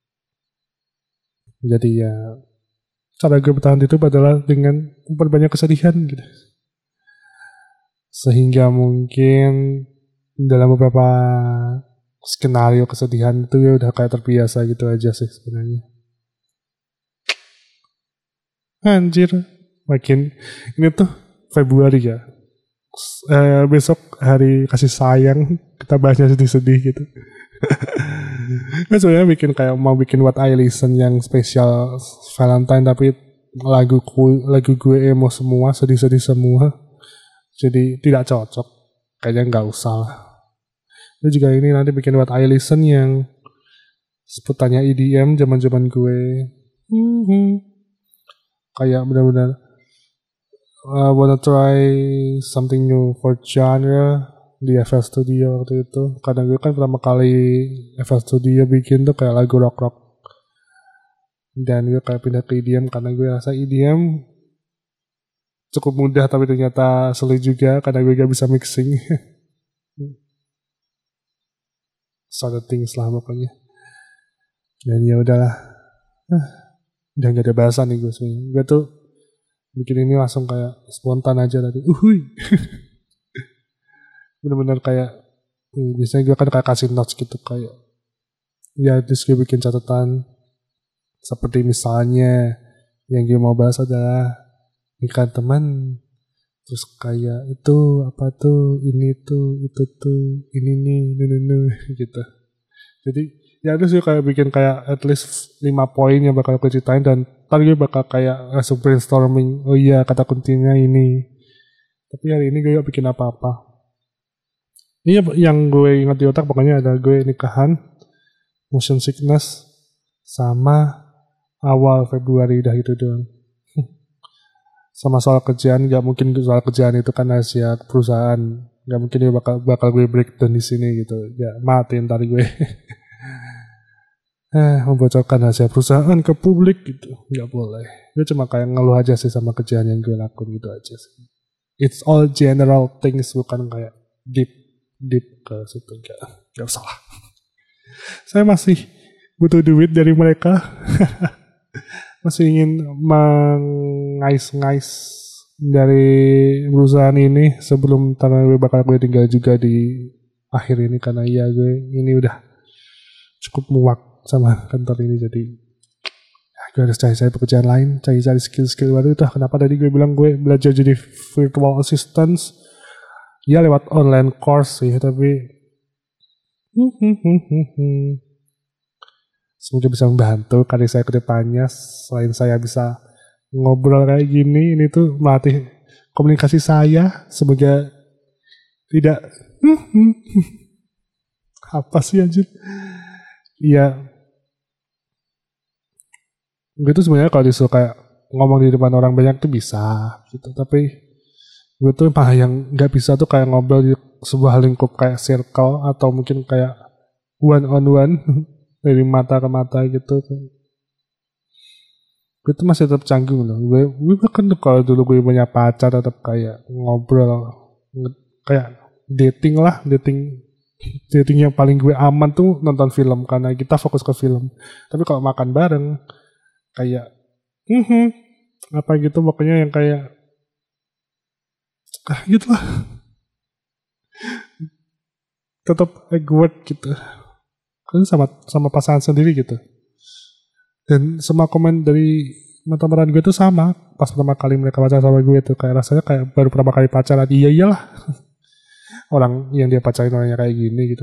Jadi ya cara gue bertahan itu adalah dengan memperbanyak kesedihan gitu. Sehingga mungkin dalam beberapa skenario kesedihan itu ya udah kayak terbiasa gitu aja sih sebenarnya. Anjir, makin ini tuh Februari ya. Besok hari kasih sayang, kita bahasnya sedih-sedih gitu. Kan sebenarnya mau bikin What I Listen yang spesial Valentine, tapi lagu gue emo semua, sedih-sedih semua. Jadi tidak cocok. Kayaknya nggak usah lah. Itu juga ini nanti bikin What I Listen yang seputarnya EDM zaman-zaman gue. Kayak benar-benar wanna try something new for genre di FL Studio waktu itu. Karena gue kan pertama kali FL Studio bikin tuh kayak lagu rock-rock. Dan gue kayak pindah ke EDM karena gue rasa EDM cukup mudah, tapi ternyata sulit juga karena gue gak bisa mixing. Sort of things lah pokoknya. Dan ya udahlah. Udah gak ada bahasan nih gue sebenernya. Gue tuh bikin ini langsung kayak spontan aja tadi. Bener-bener kayak biasanya gue kan kayak kasih notes gitu, kayak ya terus gue bikin catatan seperti misalnya yang gue mau bahas adalah nikah teman, terus kayak itu apa tuh, ini tuh, itu tuh, ini nih, gitu. Jadi ya terus gue kayak bikin kayak at least 5 poin yang bakal gue ceritain, dan ntar gue bakal kayak langsung brainstorming, oh iya kata kuncinya ini. Tapi hari ini gue gak bikin apa-apa. Ini yang gue ingat di otak pokoknya ada gue nikahan, motion sickness, sama awal Februari, dah itu doang. Sama soal kerjaan, gak mungkin soal kerjaan itu kan rahasia perusahaan. Gak mungkin dia bakal gue breakdown di sini gitu. Ya mati ntar gue. Membocorkan hasil perusahaan ke publik gitu. Gak boleh. Gue cuma kayak ngeluh aja sih sama kerjaan yang gue lakuin gitu aja sih. It's all general things, bukan kayak deep ke situ. Gak usah lah. Saya masih butuh duit dari mereka. Masih ingin mengais-ngais dari perusahaan ini sebelum bakal gue tinggal juga di akhir ini, karena ya gue ini udah cukup muak sama kantor ini. Jadi gue harus cari pekerjaan lain, cari skill-skill baru. Itu kenapa tadi gue bilang gue belajar jadi virtual assistant ya lewat online course sih, tapi semoga bisa membantu karir saya ke depannya. Selain saya bisa ngobrol kayak gini, ini tuh melatih komunikasi saya. Semoga tidak apa sih anjir. Iya, gue tuh sebenarnya kalau disuruh kayak ngomong di depan orang banyak tuh bisa gitu, tapi gue tuh yang nggak bisa tuh kayak ngobrol di sebuah lingkup kayak circle atau mungkin kayak one on one dari mata ke mata gitu. Gue tuh masih tetap canggung loh. Gue bahkan kalau dulu gue punya pacar tetap kayak ngobrol kayak dating yang paling gue aman tuh nonton film, karena kita fokus ke film. Tapi kalau makan bareng kayak apa gitu, pokoknya yang kayak gitu lah, tetap awkward gitu kan sama pasangan sendiri gitu. Dan semua komen dari teman-teman gue tuh sama pas pertama kali mereka pacaran sama gue tuh kayak rasanya kayak baru pertama kali pacaran. Iyalah orang yang dia pacarin orangnya kayak gini gitu.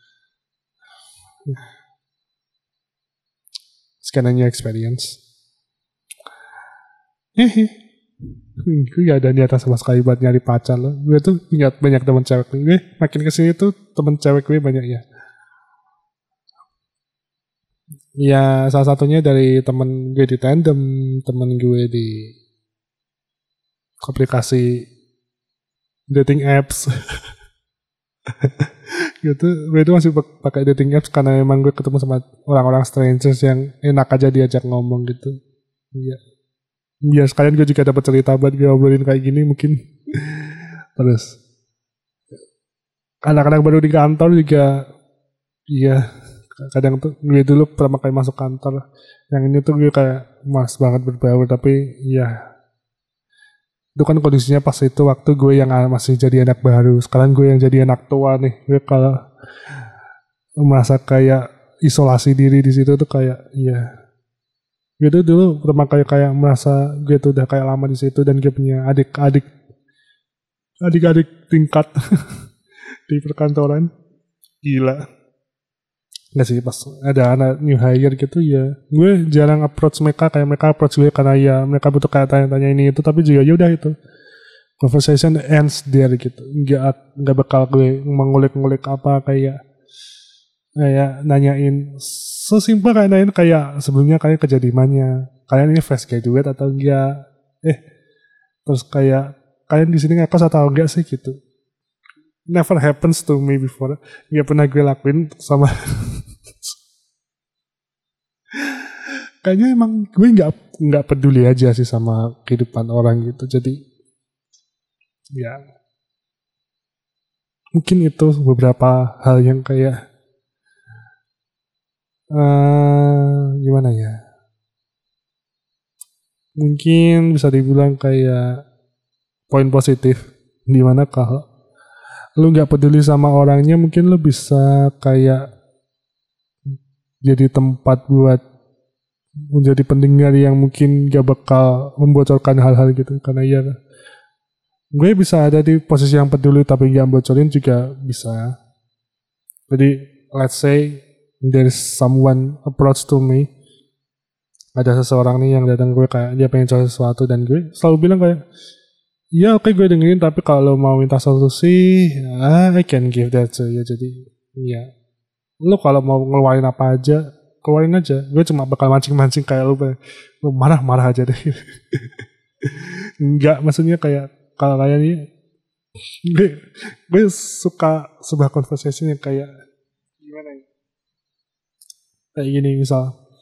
Sekian new experience. Gue gak ada niatan sama sekali buat nyari pacar loh. Gue tuh ingat banyak teman cewek gue. Makin kesini tuh teman cewek gue banyak ya. Ya salah satunya dari temen gue di Tandem, temen gue di aplikasi dating apps. Gitu. Gue tuh masih pakai dating apps karena emang gue ketemu sama orang-orang strangers yang enak aja diajak ngomong gitu. Iya. Ya sekalian gue juga dapat cerita buat gue obrolin kayak gini mungkin. Terus anak-anak baru di kantor juga, iya kadang tuh gue dulu pertama kali masuk kantor yang ini tuh gue kayak mas banget berbaur, tapi ya itu kan kondisinya pas itu waktu gue yang masih jadi anak baru. Sekarang gue yang jadi anak tua nih. Gue kalau merasa kayak isolasi diri di situ tuh kayak iya. Gitu dulu pertama kali kayak merasa gue tuh udah kayak lama di situ dan gue punya adik-adik tingkat di perkantoran. Gila. Nggak sih, pas ada anak new hire gitu ya gue jarang approach mereka, kayak mereka approach gue karena ya mereka butuh kayak tanya-tanya ini itu, tapi juga ya udah itu conversation ends there gitu. Nggak bakal gue mengulik-ngulik apa kayak nanyain sesimpel kayak nanyain kayak sebelumnya kalian kerja di mana, kalian ini fresh graduate atau enggak, terus kayak kalian di sini ngekos atau enggak sih gitu. Never happens to me before, nggak pernah gue lakuin sama kayaknya emang gue nggak peduli aja sih sama kehidupan orang gitu. Jadi ya mungkin itu beberapa hal yang kayak gimana ya, mungkin bisa dibilang kayak poin positif, dimana kalau lu nggak peduli sama orangnya mungkin lu bisa kayak jadi tempat buat menjadi pendengar yang mungkin gak bakal membocorkan hal-hal gitu. Karena ya gue bisa ada di posisi yang peduli tapi gak bocorin juga bisa. Jadi let's say there's someone approach to me, ada seseorang nih yang datang gue kayak dia pengen coba sesuatu, dan gue selalu bilang kayak ya oke, gue dengerin, tapi kalau mau minta solusi I can give that to you. Jadi ya lu kalau mau ngeluarin apa aja keluarin aja, gue cuma bakal mancing-mancing kayak lu marah-marah aja deh. Enggak, maksudnya kayak kalau kayak ini gue suka sebuah conversation yang kayak gimana ya? Kayak gini misal,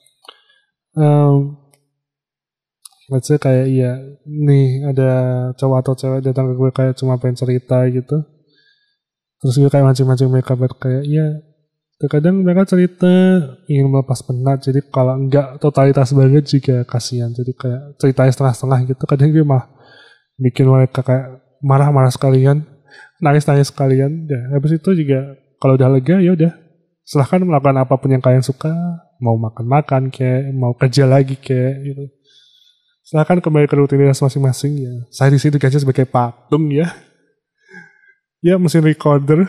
let's say kayak iya nih ada cowok atau cewek datang ke gue kayak cuma pengen cerita gitu, terus gue kayak mancing-mancing mereka buat kayak iya. Terkadang mereka cerita ingin melepas penat, jadi kalau enggak totalitas banget juga kasihan. Jadi kayak ceritanya setengah-setengah gitu. Kadang gue mah bikin mereka kayak marah-marah sekalian, nangis-nangis sekalian. Ya, habis itu juga kalau udah lega ya udah silahkan melakukan apapun yang kalian suka, mau makan-makan kayak, mau kerja lagi kayak gitu. Silahkan kembali ke rutinitas masing-masing ya. Saya di sini kerja sebagai patung ya. Ya mesin recorder.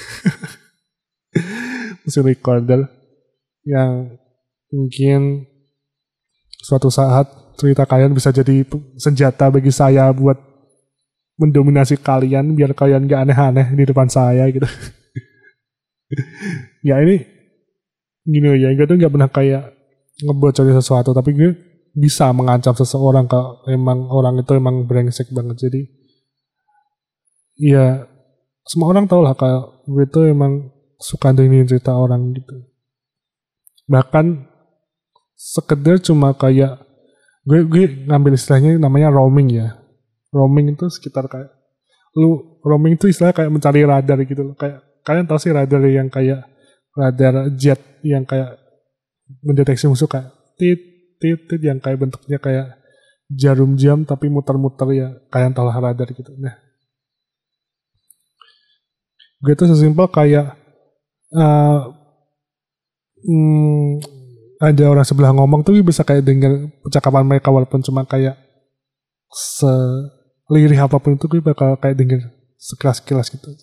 Mesin recorder yang mungkin suatu saat cerita kalian bisa jadi senjata bagi saya buat mendominasi kalian biar kalian gak aneh-aneh di depan saya gitu. Ya ini gini ya, gue tuh gak pernah kayak ngebocorin sesuatu, tapi gue bisa mengancam seseorang kalau emang orang itu emang brengsek banget. Jadi ya semua orang tau lah kalau gue tuh emang suka dengerin cerita orang gitu. Bahkan sekedar cuma kayak gue ngambil istilahnya namanya roaming ya. Roaming itu sekitar kayak roaming itu istilahnya kayak mencari radar gitu loh. Kayak kalian tahu sih radar yang kayak radar jet yang kayak mendeteksi musuh kayak tit tit tit yang kayak bentuknya kayak jarum jam tapi muter-muter ya. Kalian tahu lah radar gitu. Nah, gue tuh sesimpel kayak ada orang sebelah ngomong tuh bisa kayak dengar percakapan mereka walaupun cuma kayak selirih apapun itu gue bakal kayak dengar sekilas-kilas gitu.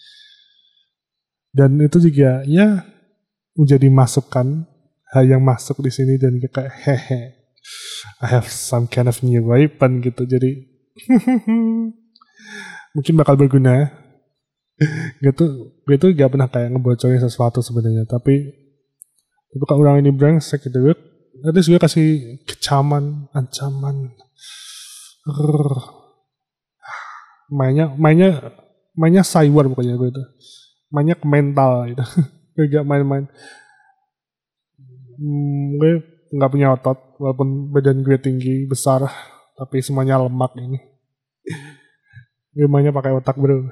Dan itu juga ya menjadi masukan hal yang masuk di sini dan kayak hehe I have some kind of new weapon gitu, jadi mungkin bakal berguna. Gue tuh gak pernah kayak ngebocorin sesuatu sebenarnya, tapi kalau orang ini brengsek gitu, gue kasih ancaman, mainnya cyber pokoknya gue itu, mainnya ke mental gitu. Gue gak main-main, gue nggak punya otot walaupun badan gue tinggi besar, tapi semuanya lemak ini. Gue mainnya pakai otak bro.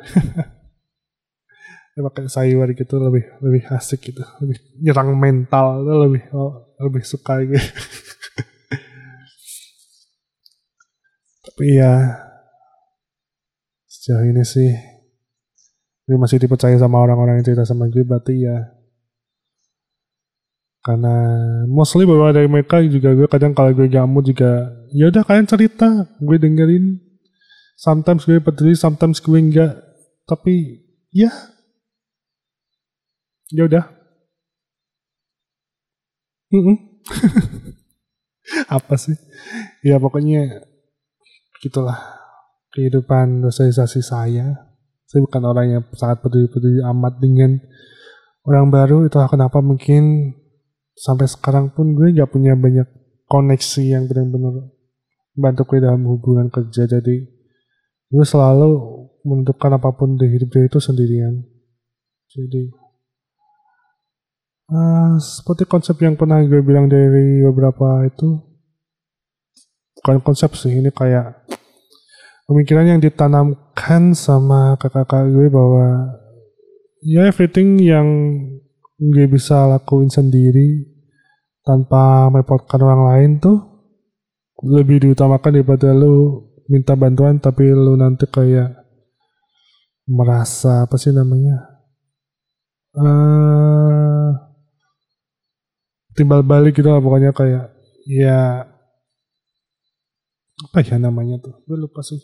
Pakai cyber gitu lebih asik gitu, lebih nyerang mental, lebih suka gitu. Tapi ya sejauh ini sih gue masih dipercaya sama orang-orang yang cerita sama gue, berarti ya karena mostly beberapa dari mereka juga gue kadang kalau gue gak mood juga ya udah kalian cerita gue dengerin, sometimes gue peduli sometimes gue enggak, tapi ya udah. Apa sih ya pokoknya gitulah kehidupan sosialisasi saya bukan orang yang sangat peduli amat dengan orang baru. Itulah kenapa mungkin sampai sekarang pun gue gak punya banyak koneksi yang benar-benar membantu gue dalam hubungan kerja. Jadi gue selalu menentukan apapun di hidup gue itu sendirian. Jadi seperti konsep yang pernah gue bilang dari beberapa itu, bukan konsep sih, ini kayak pemikiran yang ditanamkan sama kakak-kakak gue bahwa ya everything yang gue bisa lakuin sendiri tanpa merepotkan orang lain tuh lebih diutamakan daripada lu minta bantuan tapi lu nanti kayak merasa apa sih namanya timbal balik gitu lah pokoknya, kayak ya apa ya namanya tuh, gue lupa sih,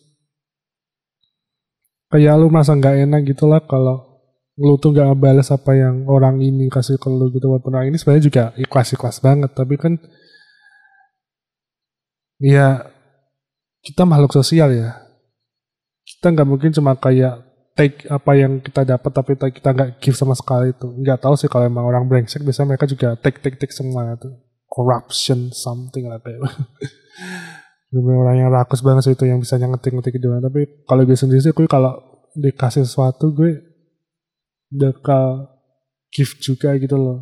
kayak lu merasa gak enak gitu lah kalau lu tuh gak ngebales apa yang orang ini kasih ke lu gitu. Walaupun orang ini sebenarnya juga ikhlas banget, tapi kan ya kita makhluk sosial ya, kita gak mungkin cuma kayak take apa yang kita dapat tapi kita nggak give sama sekali. Itu nggak tahu sih kalau emang orang brengsek biasanya mereka juga take semua itu, corruption something lah kayak. Orang yang rakus banget sih itu yang bisa ngetik doang. Tapi kalau gue sendiri sih, gue kalau dikasih sesuatu gue bakal give juga gitu loh.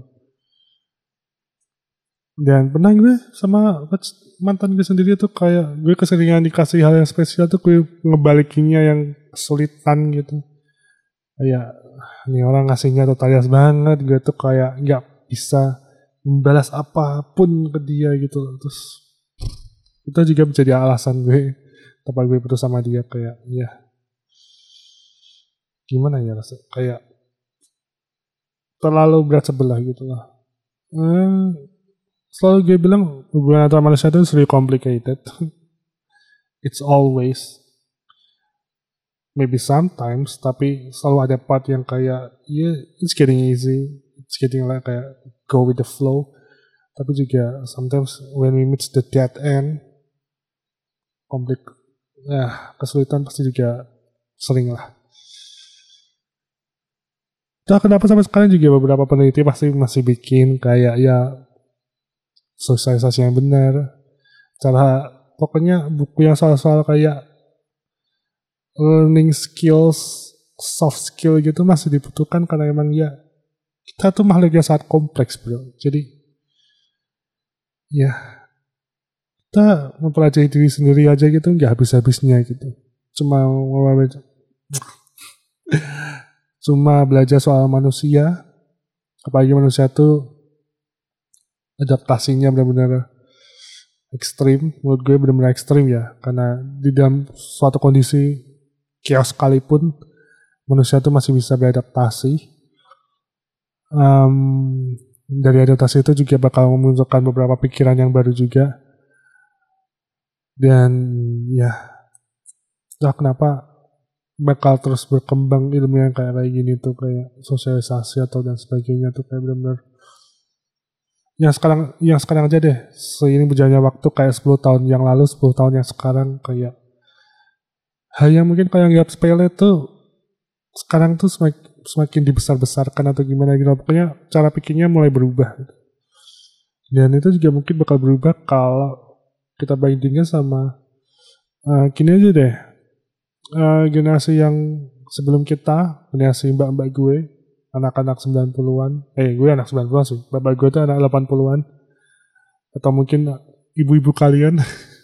Dan pernah gue sama mantan gue sendiri tuh kayak gue keseringan dikasih hal yang spesial tuh gue ngebalikinnya yang kesulitan gitu. Kayak ini orang ngasihnya totalitas banget, gue tuh kayak nggak bisa membalas apapun ke dia gitu loh. Terus itu juga menjadi alasan gue tempat gue putus sama dia, kayak ya gimana ya rasanya, kayak terlalu berat sebelah gitu lah. Selalu gue bilang hubungan antara manusia itu really complicated. It's always, maybe sometimes, tapi selalu ada part yang kayak it's getting easy, it's getting like kayak go with the flow. Tapi juga sometimes when we meet the dead end, kesulitan pasti juga sering lah. Nah, kenapa sampai sekarang juga beberapa peneliti pasti masih bikin kayak sosialisasi yang benar, pokoknya buku yang soal-soal kayak learning skills, soft skill gitu masih dibutuhkan, karena emang kita tuh makhluk yang sangat kompleks bro. Jadi kita mempelajari diri sendiri aja gitu nggak habis-habisnya gitu. Cuma belajar soal manusia, apalagi manusia tuh adaptasinya benar-benar ekstrim. Menurut gue benar-benar ekstrim ya, karena di dalam suatu kondisi chaos sekalipun manusia tuh masih bisa beradaptasi. Dari adaptasi itu juga bakal memunculkan beberapa pikiran yang baru juga. Dan kenapa bakal terus berkembang ilmu yang kayak gini tuh, kayak sosialisasi atau dan sebagainya tuh kayak benar-benar yang sekarang aja deh, seiring berjalannya waktu kayak 10 tahun yang lalu, 10 tahun yang sekarang, kayak hal yang mungkin kayak nggak sepele tuh sekarang tuh semakin dibesar-besarkan atau gimana gitu. Pokoknya cara pikirnya mulai berubah gitu. Dan itu juga mungkin bakal berubah kalau kita bandingin sama gini aja deh, generasi yang sebelum kita, generasi mbak-mbak gue, anak-anak 90-an, gue anak 90-an sih, bapak gue tuh anak 80-an, atau mungkin ibu-ibu kalian.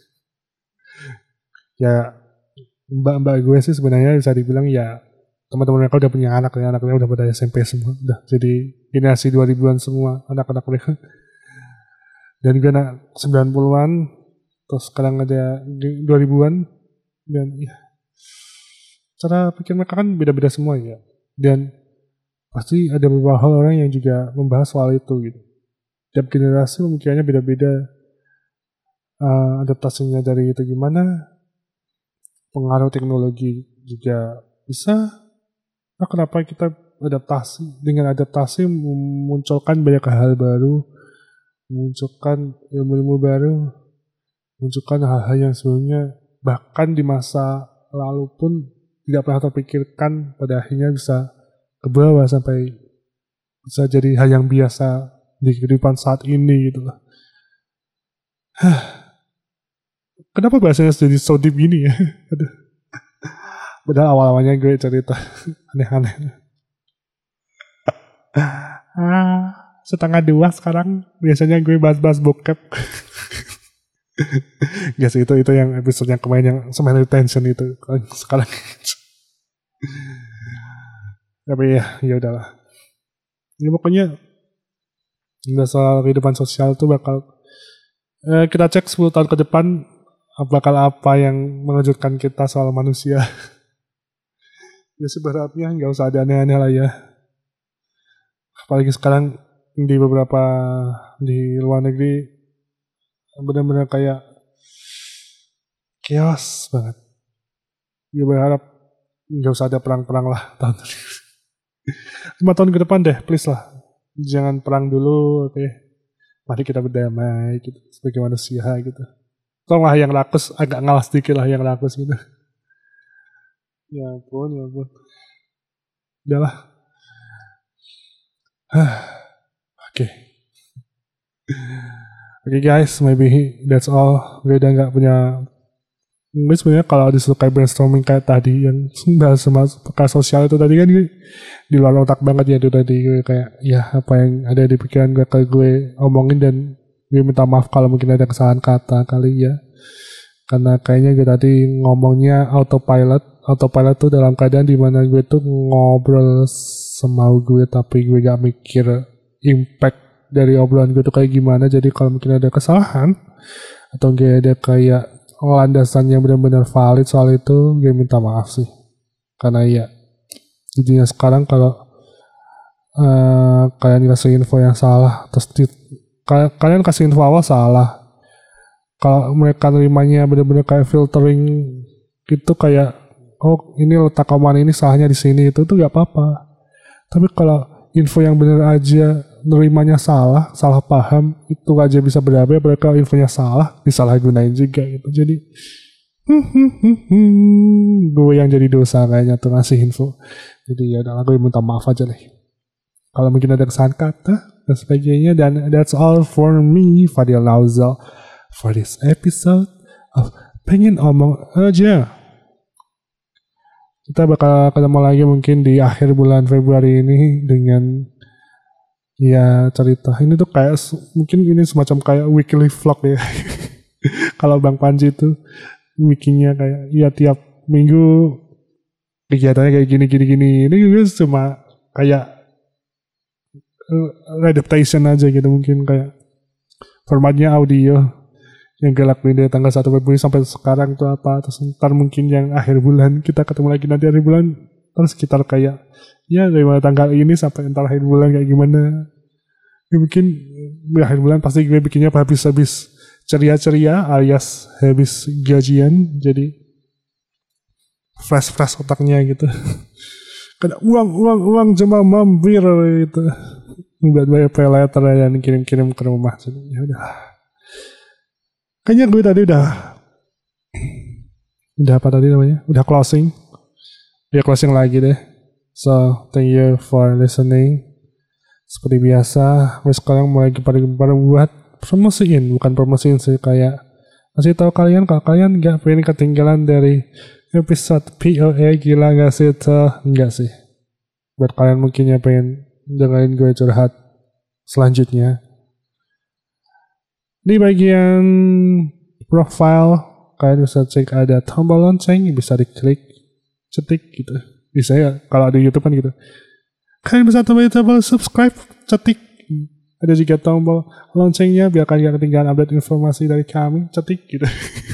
Ya mbak-mbak gue sih sebenarnya bisa dibilang teman-teman mereka udah punya anaknya udah pada SMP semua, udah jadi generasi 2000-an semua anak-anak mereka. Dan gue anak 90-an, terus sekarang ada 2000-an, dan cara pikir mereka kan beda-beda semua ya. Dan pasti ada beberapa hal orang yang juga membahas soal itu gitu. Tiap generasi pemikirannya beda-beda, adaptasinya dari itu gimana, pengaruh teknologi juga bisa. Nah, kenapa kita adaptasi? Dengan adaptasi memunculkan banyak hal baru, memunculkan ilmu-ilmu baru, memunculkan hal-hal yang sebelumnya bahkan di masa lalu pun tidak pernah terpikirkan, pada akhirnya bisa ke bawah sampai bisa jadi hal yang biasa di kehidupan saat ini gitu lah. Kenapa bahasanya jadi so deep gini ya? Aduh. Padahal awal-awalnya gue cerita aneh-aneh. Setengah 2 sekarang. Biasanya gue bahas-bahas bokep. Gak sih, itu yang episode yang kemarin yang Smile Retention itu. Sekarang tapi ya udahlah. Ya pokoknya soal kehidupan sosial tuh bakal kita cek 10 tahun ke depan bakal apa yang mengejutkan kita soal manusia. Ya sebenarnya gak usah ada aneh-aneh lah ya. Apalagi sekarang di luar negeri benar-benar kayak chaos banget. Gue berharap gak usah ada perang-perang lah tahun 5 tahun ke depan deh, please lah. Jangan perang dulu, oke. Mari kita berdamai gitu, sebagai manusia gitu. Tolonglah yang rakus agak ngalah sedikit lah yang rakus gitu. Ya ampun. Udahlah. Oke guys, maybe that's all. Gue udah gak punya Gue sebenarnya kalau disuruh kayak brainstorming kayak tadi yang bahas sama pakar sosial itu tadi kan gue di luar otak banget ya itu tadi, gue kayak ya apa yang ada di pikiran gue kayak gue omongin, dan gue minta maaf kalau mungkin ada kesalahan kata kali ya, karena kayaknya gue tadi ngomongnya autopilot tuh dalam keadaan dimana gue tuh ngobrol semau gue tapi gue gak mikir impact dari obrolan gue tuh kayak gimana. Jadi kalau mungkin ada kesalahan atau gak ada kayak landasan yang benar-benar valid soal itu, gue minta maaf sih. Karena ya intinya sekarang kalau kalian kasih info yang salah, terus kalian kasih info awal salah, kalau mereka nerimanya benar-benar kayak filtering gitu, kayak oh ini letak omongan ini salahnya di sini, itu tuh gak apa-apa. Tapi kalau info yang benar aja nerimanya salah paham, itu aja bisa berabe, mereka infonya salah disalahgunain juga gitu. Jadi gue yang jadi dosa kayaknya tuh ngasih info. Jadi ya udah, gue minta maaf aja deh kalau mungkin ada kesalahan kata dan sebagainya. Dan that's all for me, Fadil Nauzal, for this episode of Pengen Omong Aja. Kita bakal ketemu lagi mungkin di akhir bulan Februari ini dengan ya cerita. Ini tuh kayak mungkin ini semacam kayak weekly vlog ya. Kalau Bang Panji tuh bikinnya kayak ya tiap minggu kegiatannya kayak gini. Ini juga cuma kayak adaptation aja gitu, mungkin kayak formatnya audio yang gue lakuin dari tanggal 1 Februari sampai sekarang tuh apa. Terus ntar mungkin yang akhir bulan kita ketemu lagi nanti akhir bulan, terus sekitar kayak ya dari mulai tanggal ini sampai entar akhir bulan kayak gimana. Gue bikin di akhir bulan pasti gue bikinnya habis ceria-ceria alias habis gajian, jadi fresh otaknya gitu. Karena uang cuma mampir itu buat bayar pay letter dan kirim ke rumah. Jadi ya udah, kayaknya gue tadi udah apa tadi namanya, udah closing lagi deh. So thank you for listening. Seperti biasa, gue sekarang mulai gempar-gempar buat bukan promosiin sih, kayak kasih tahu kalian kalau kalian gak pengen ketinggalan dari episode POA gila gak sih itu, enggak sih. Buat kalian mungkin yang pengen dengerin gue curhat selanjutnya, di bagian profile kalian bisa cek ada tombol lonceng, bisa diklik, cetik gitu. Bisa ya, kalau di YouTube kan gitu. Kalian bisa tombol subscribe, cetik. Ada juga tombol loncengnya biar kalian gak ketinggalan update informasi dari kami, cetik gitu.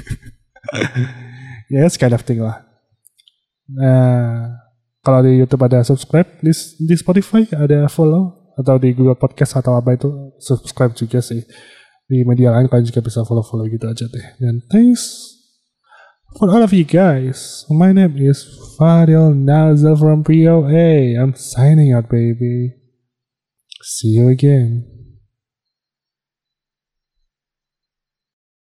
Yes, kind of thing lah. Nah, kalau di YouTube ada subscribe, di Spotify ada follow, atau di Google Podcast atau apa itu subscribe juga sih. Di media lain kalian juga bisa follow gitu aja deh. Dan thanks for all of you guys. My name is Fadil Nauzal from POA. I'm signing out, baby. See you again.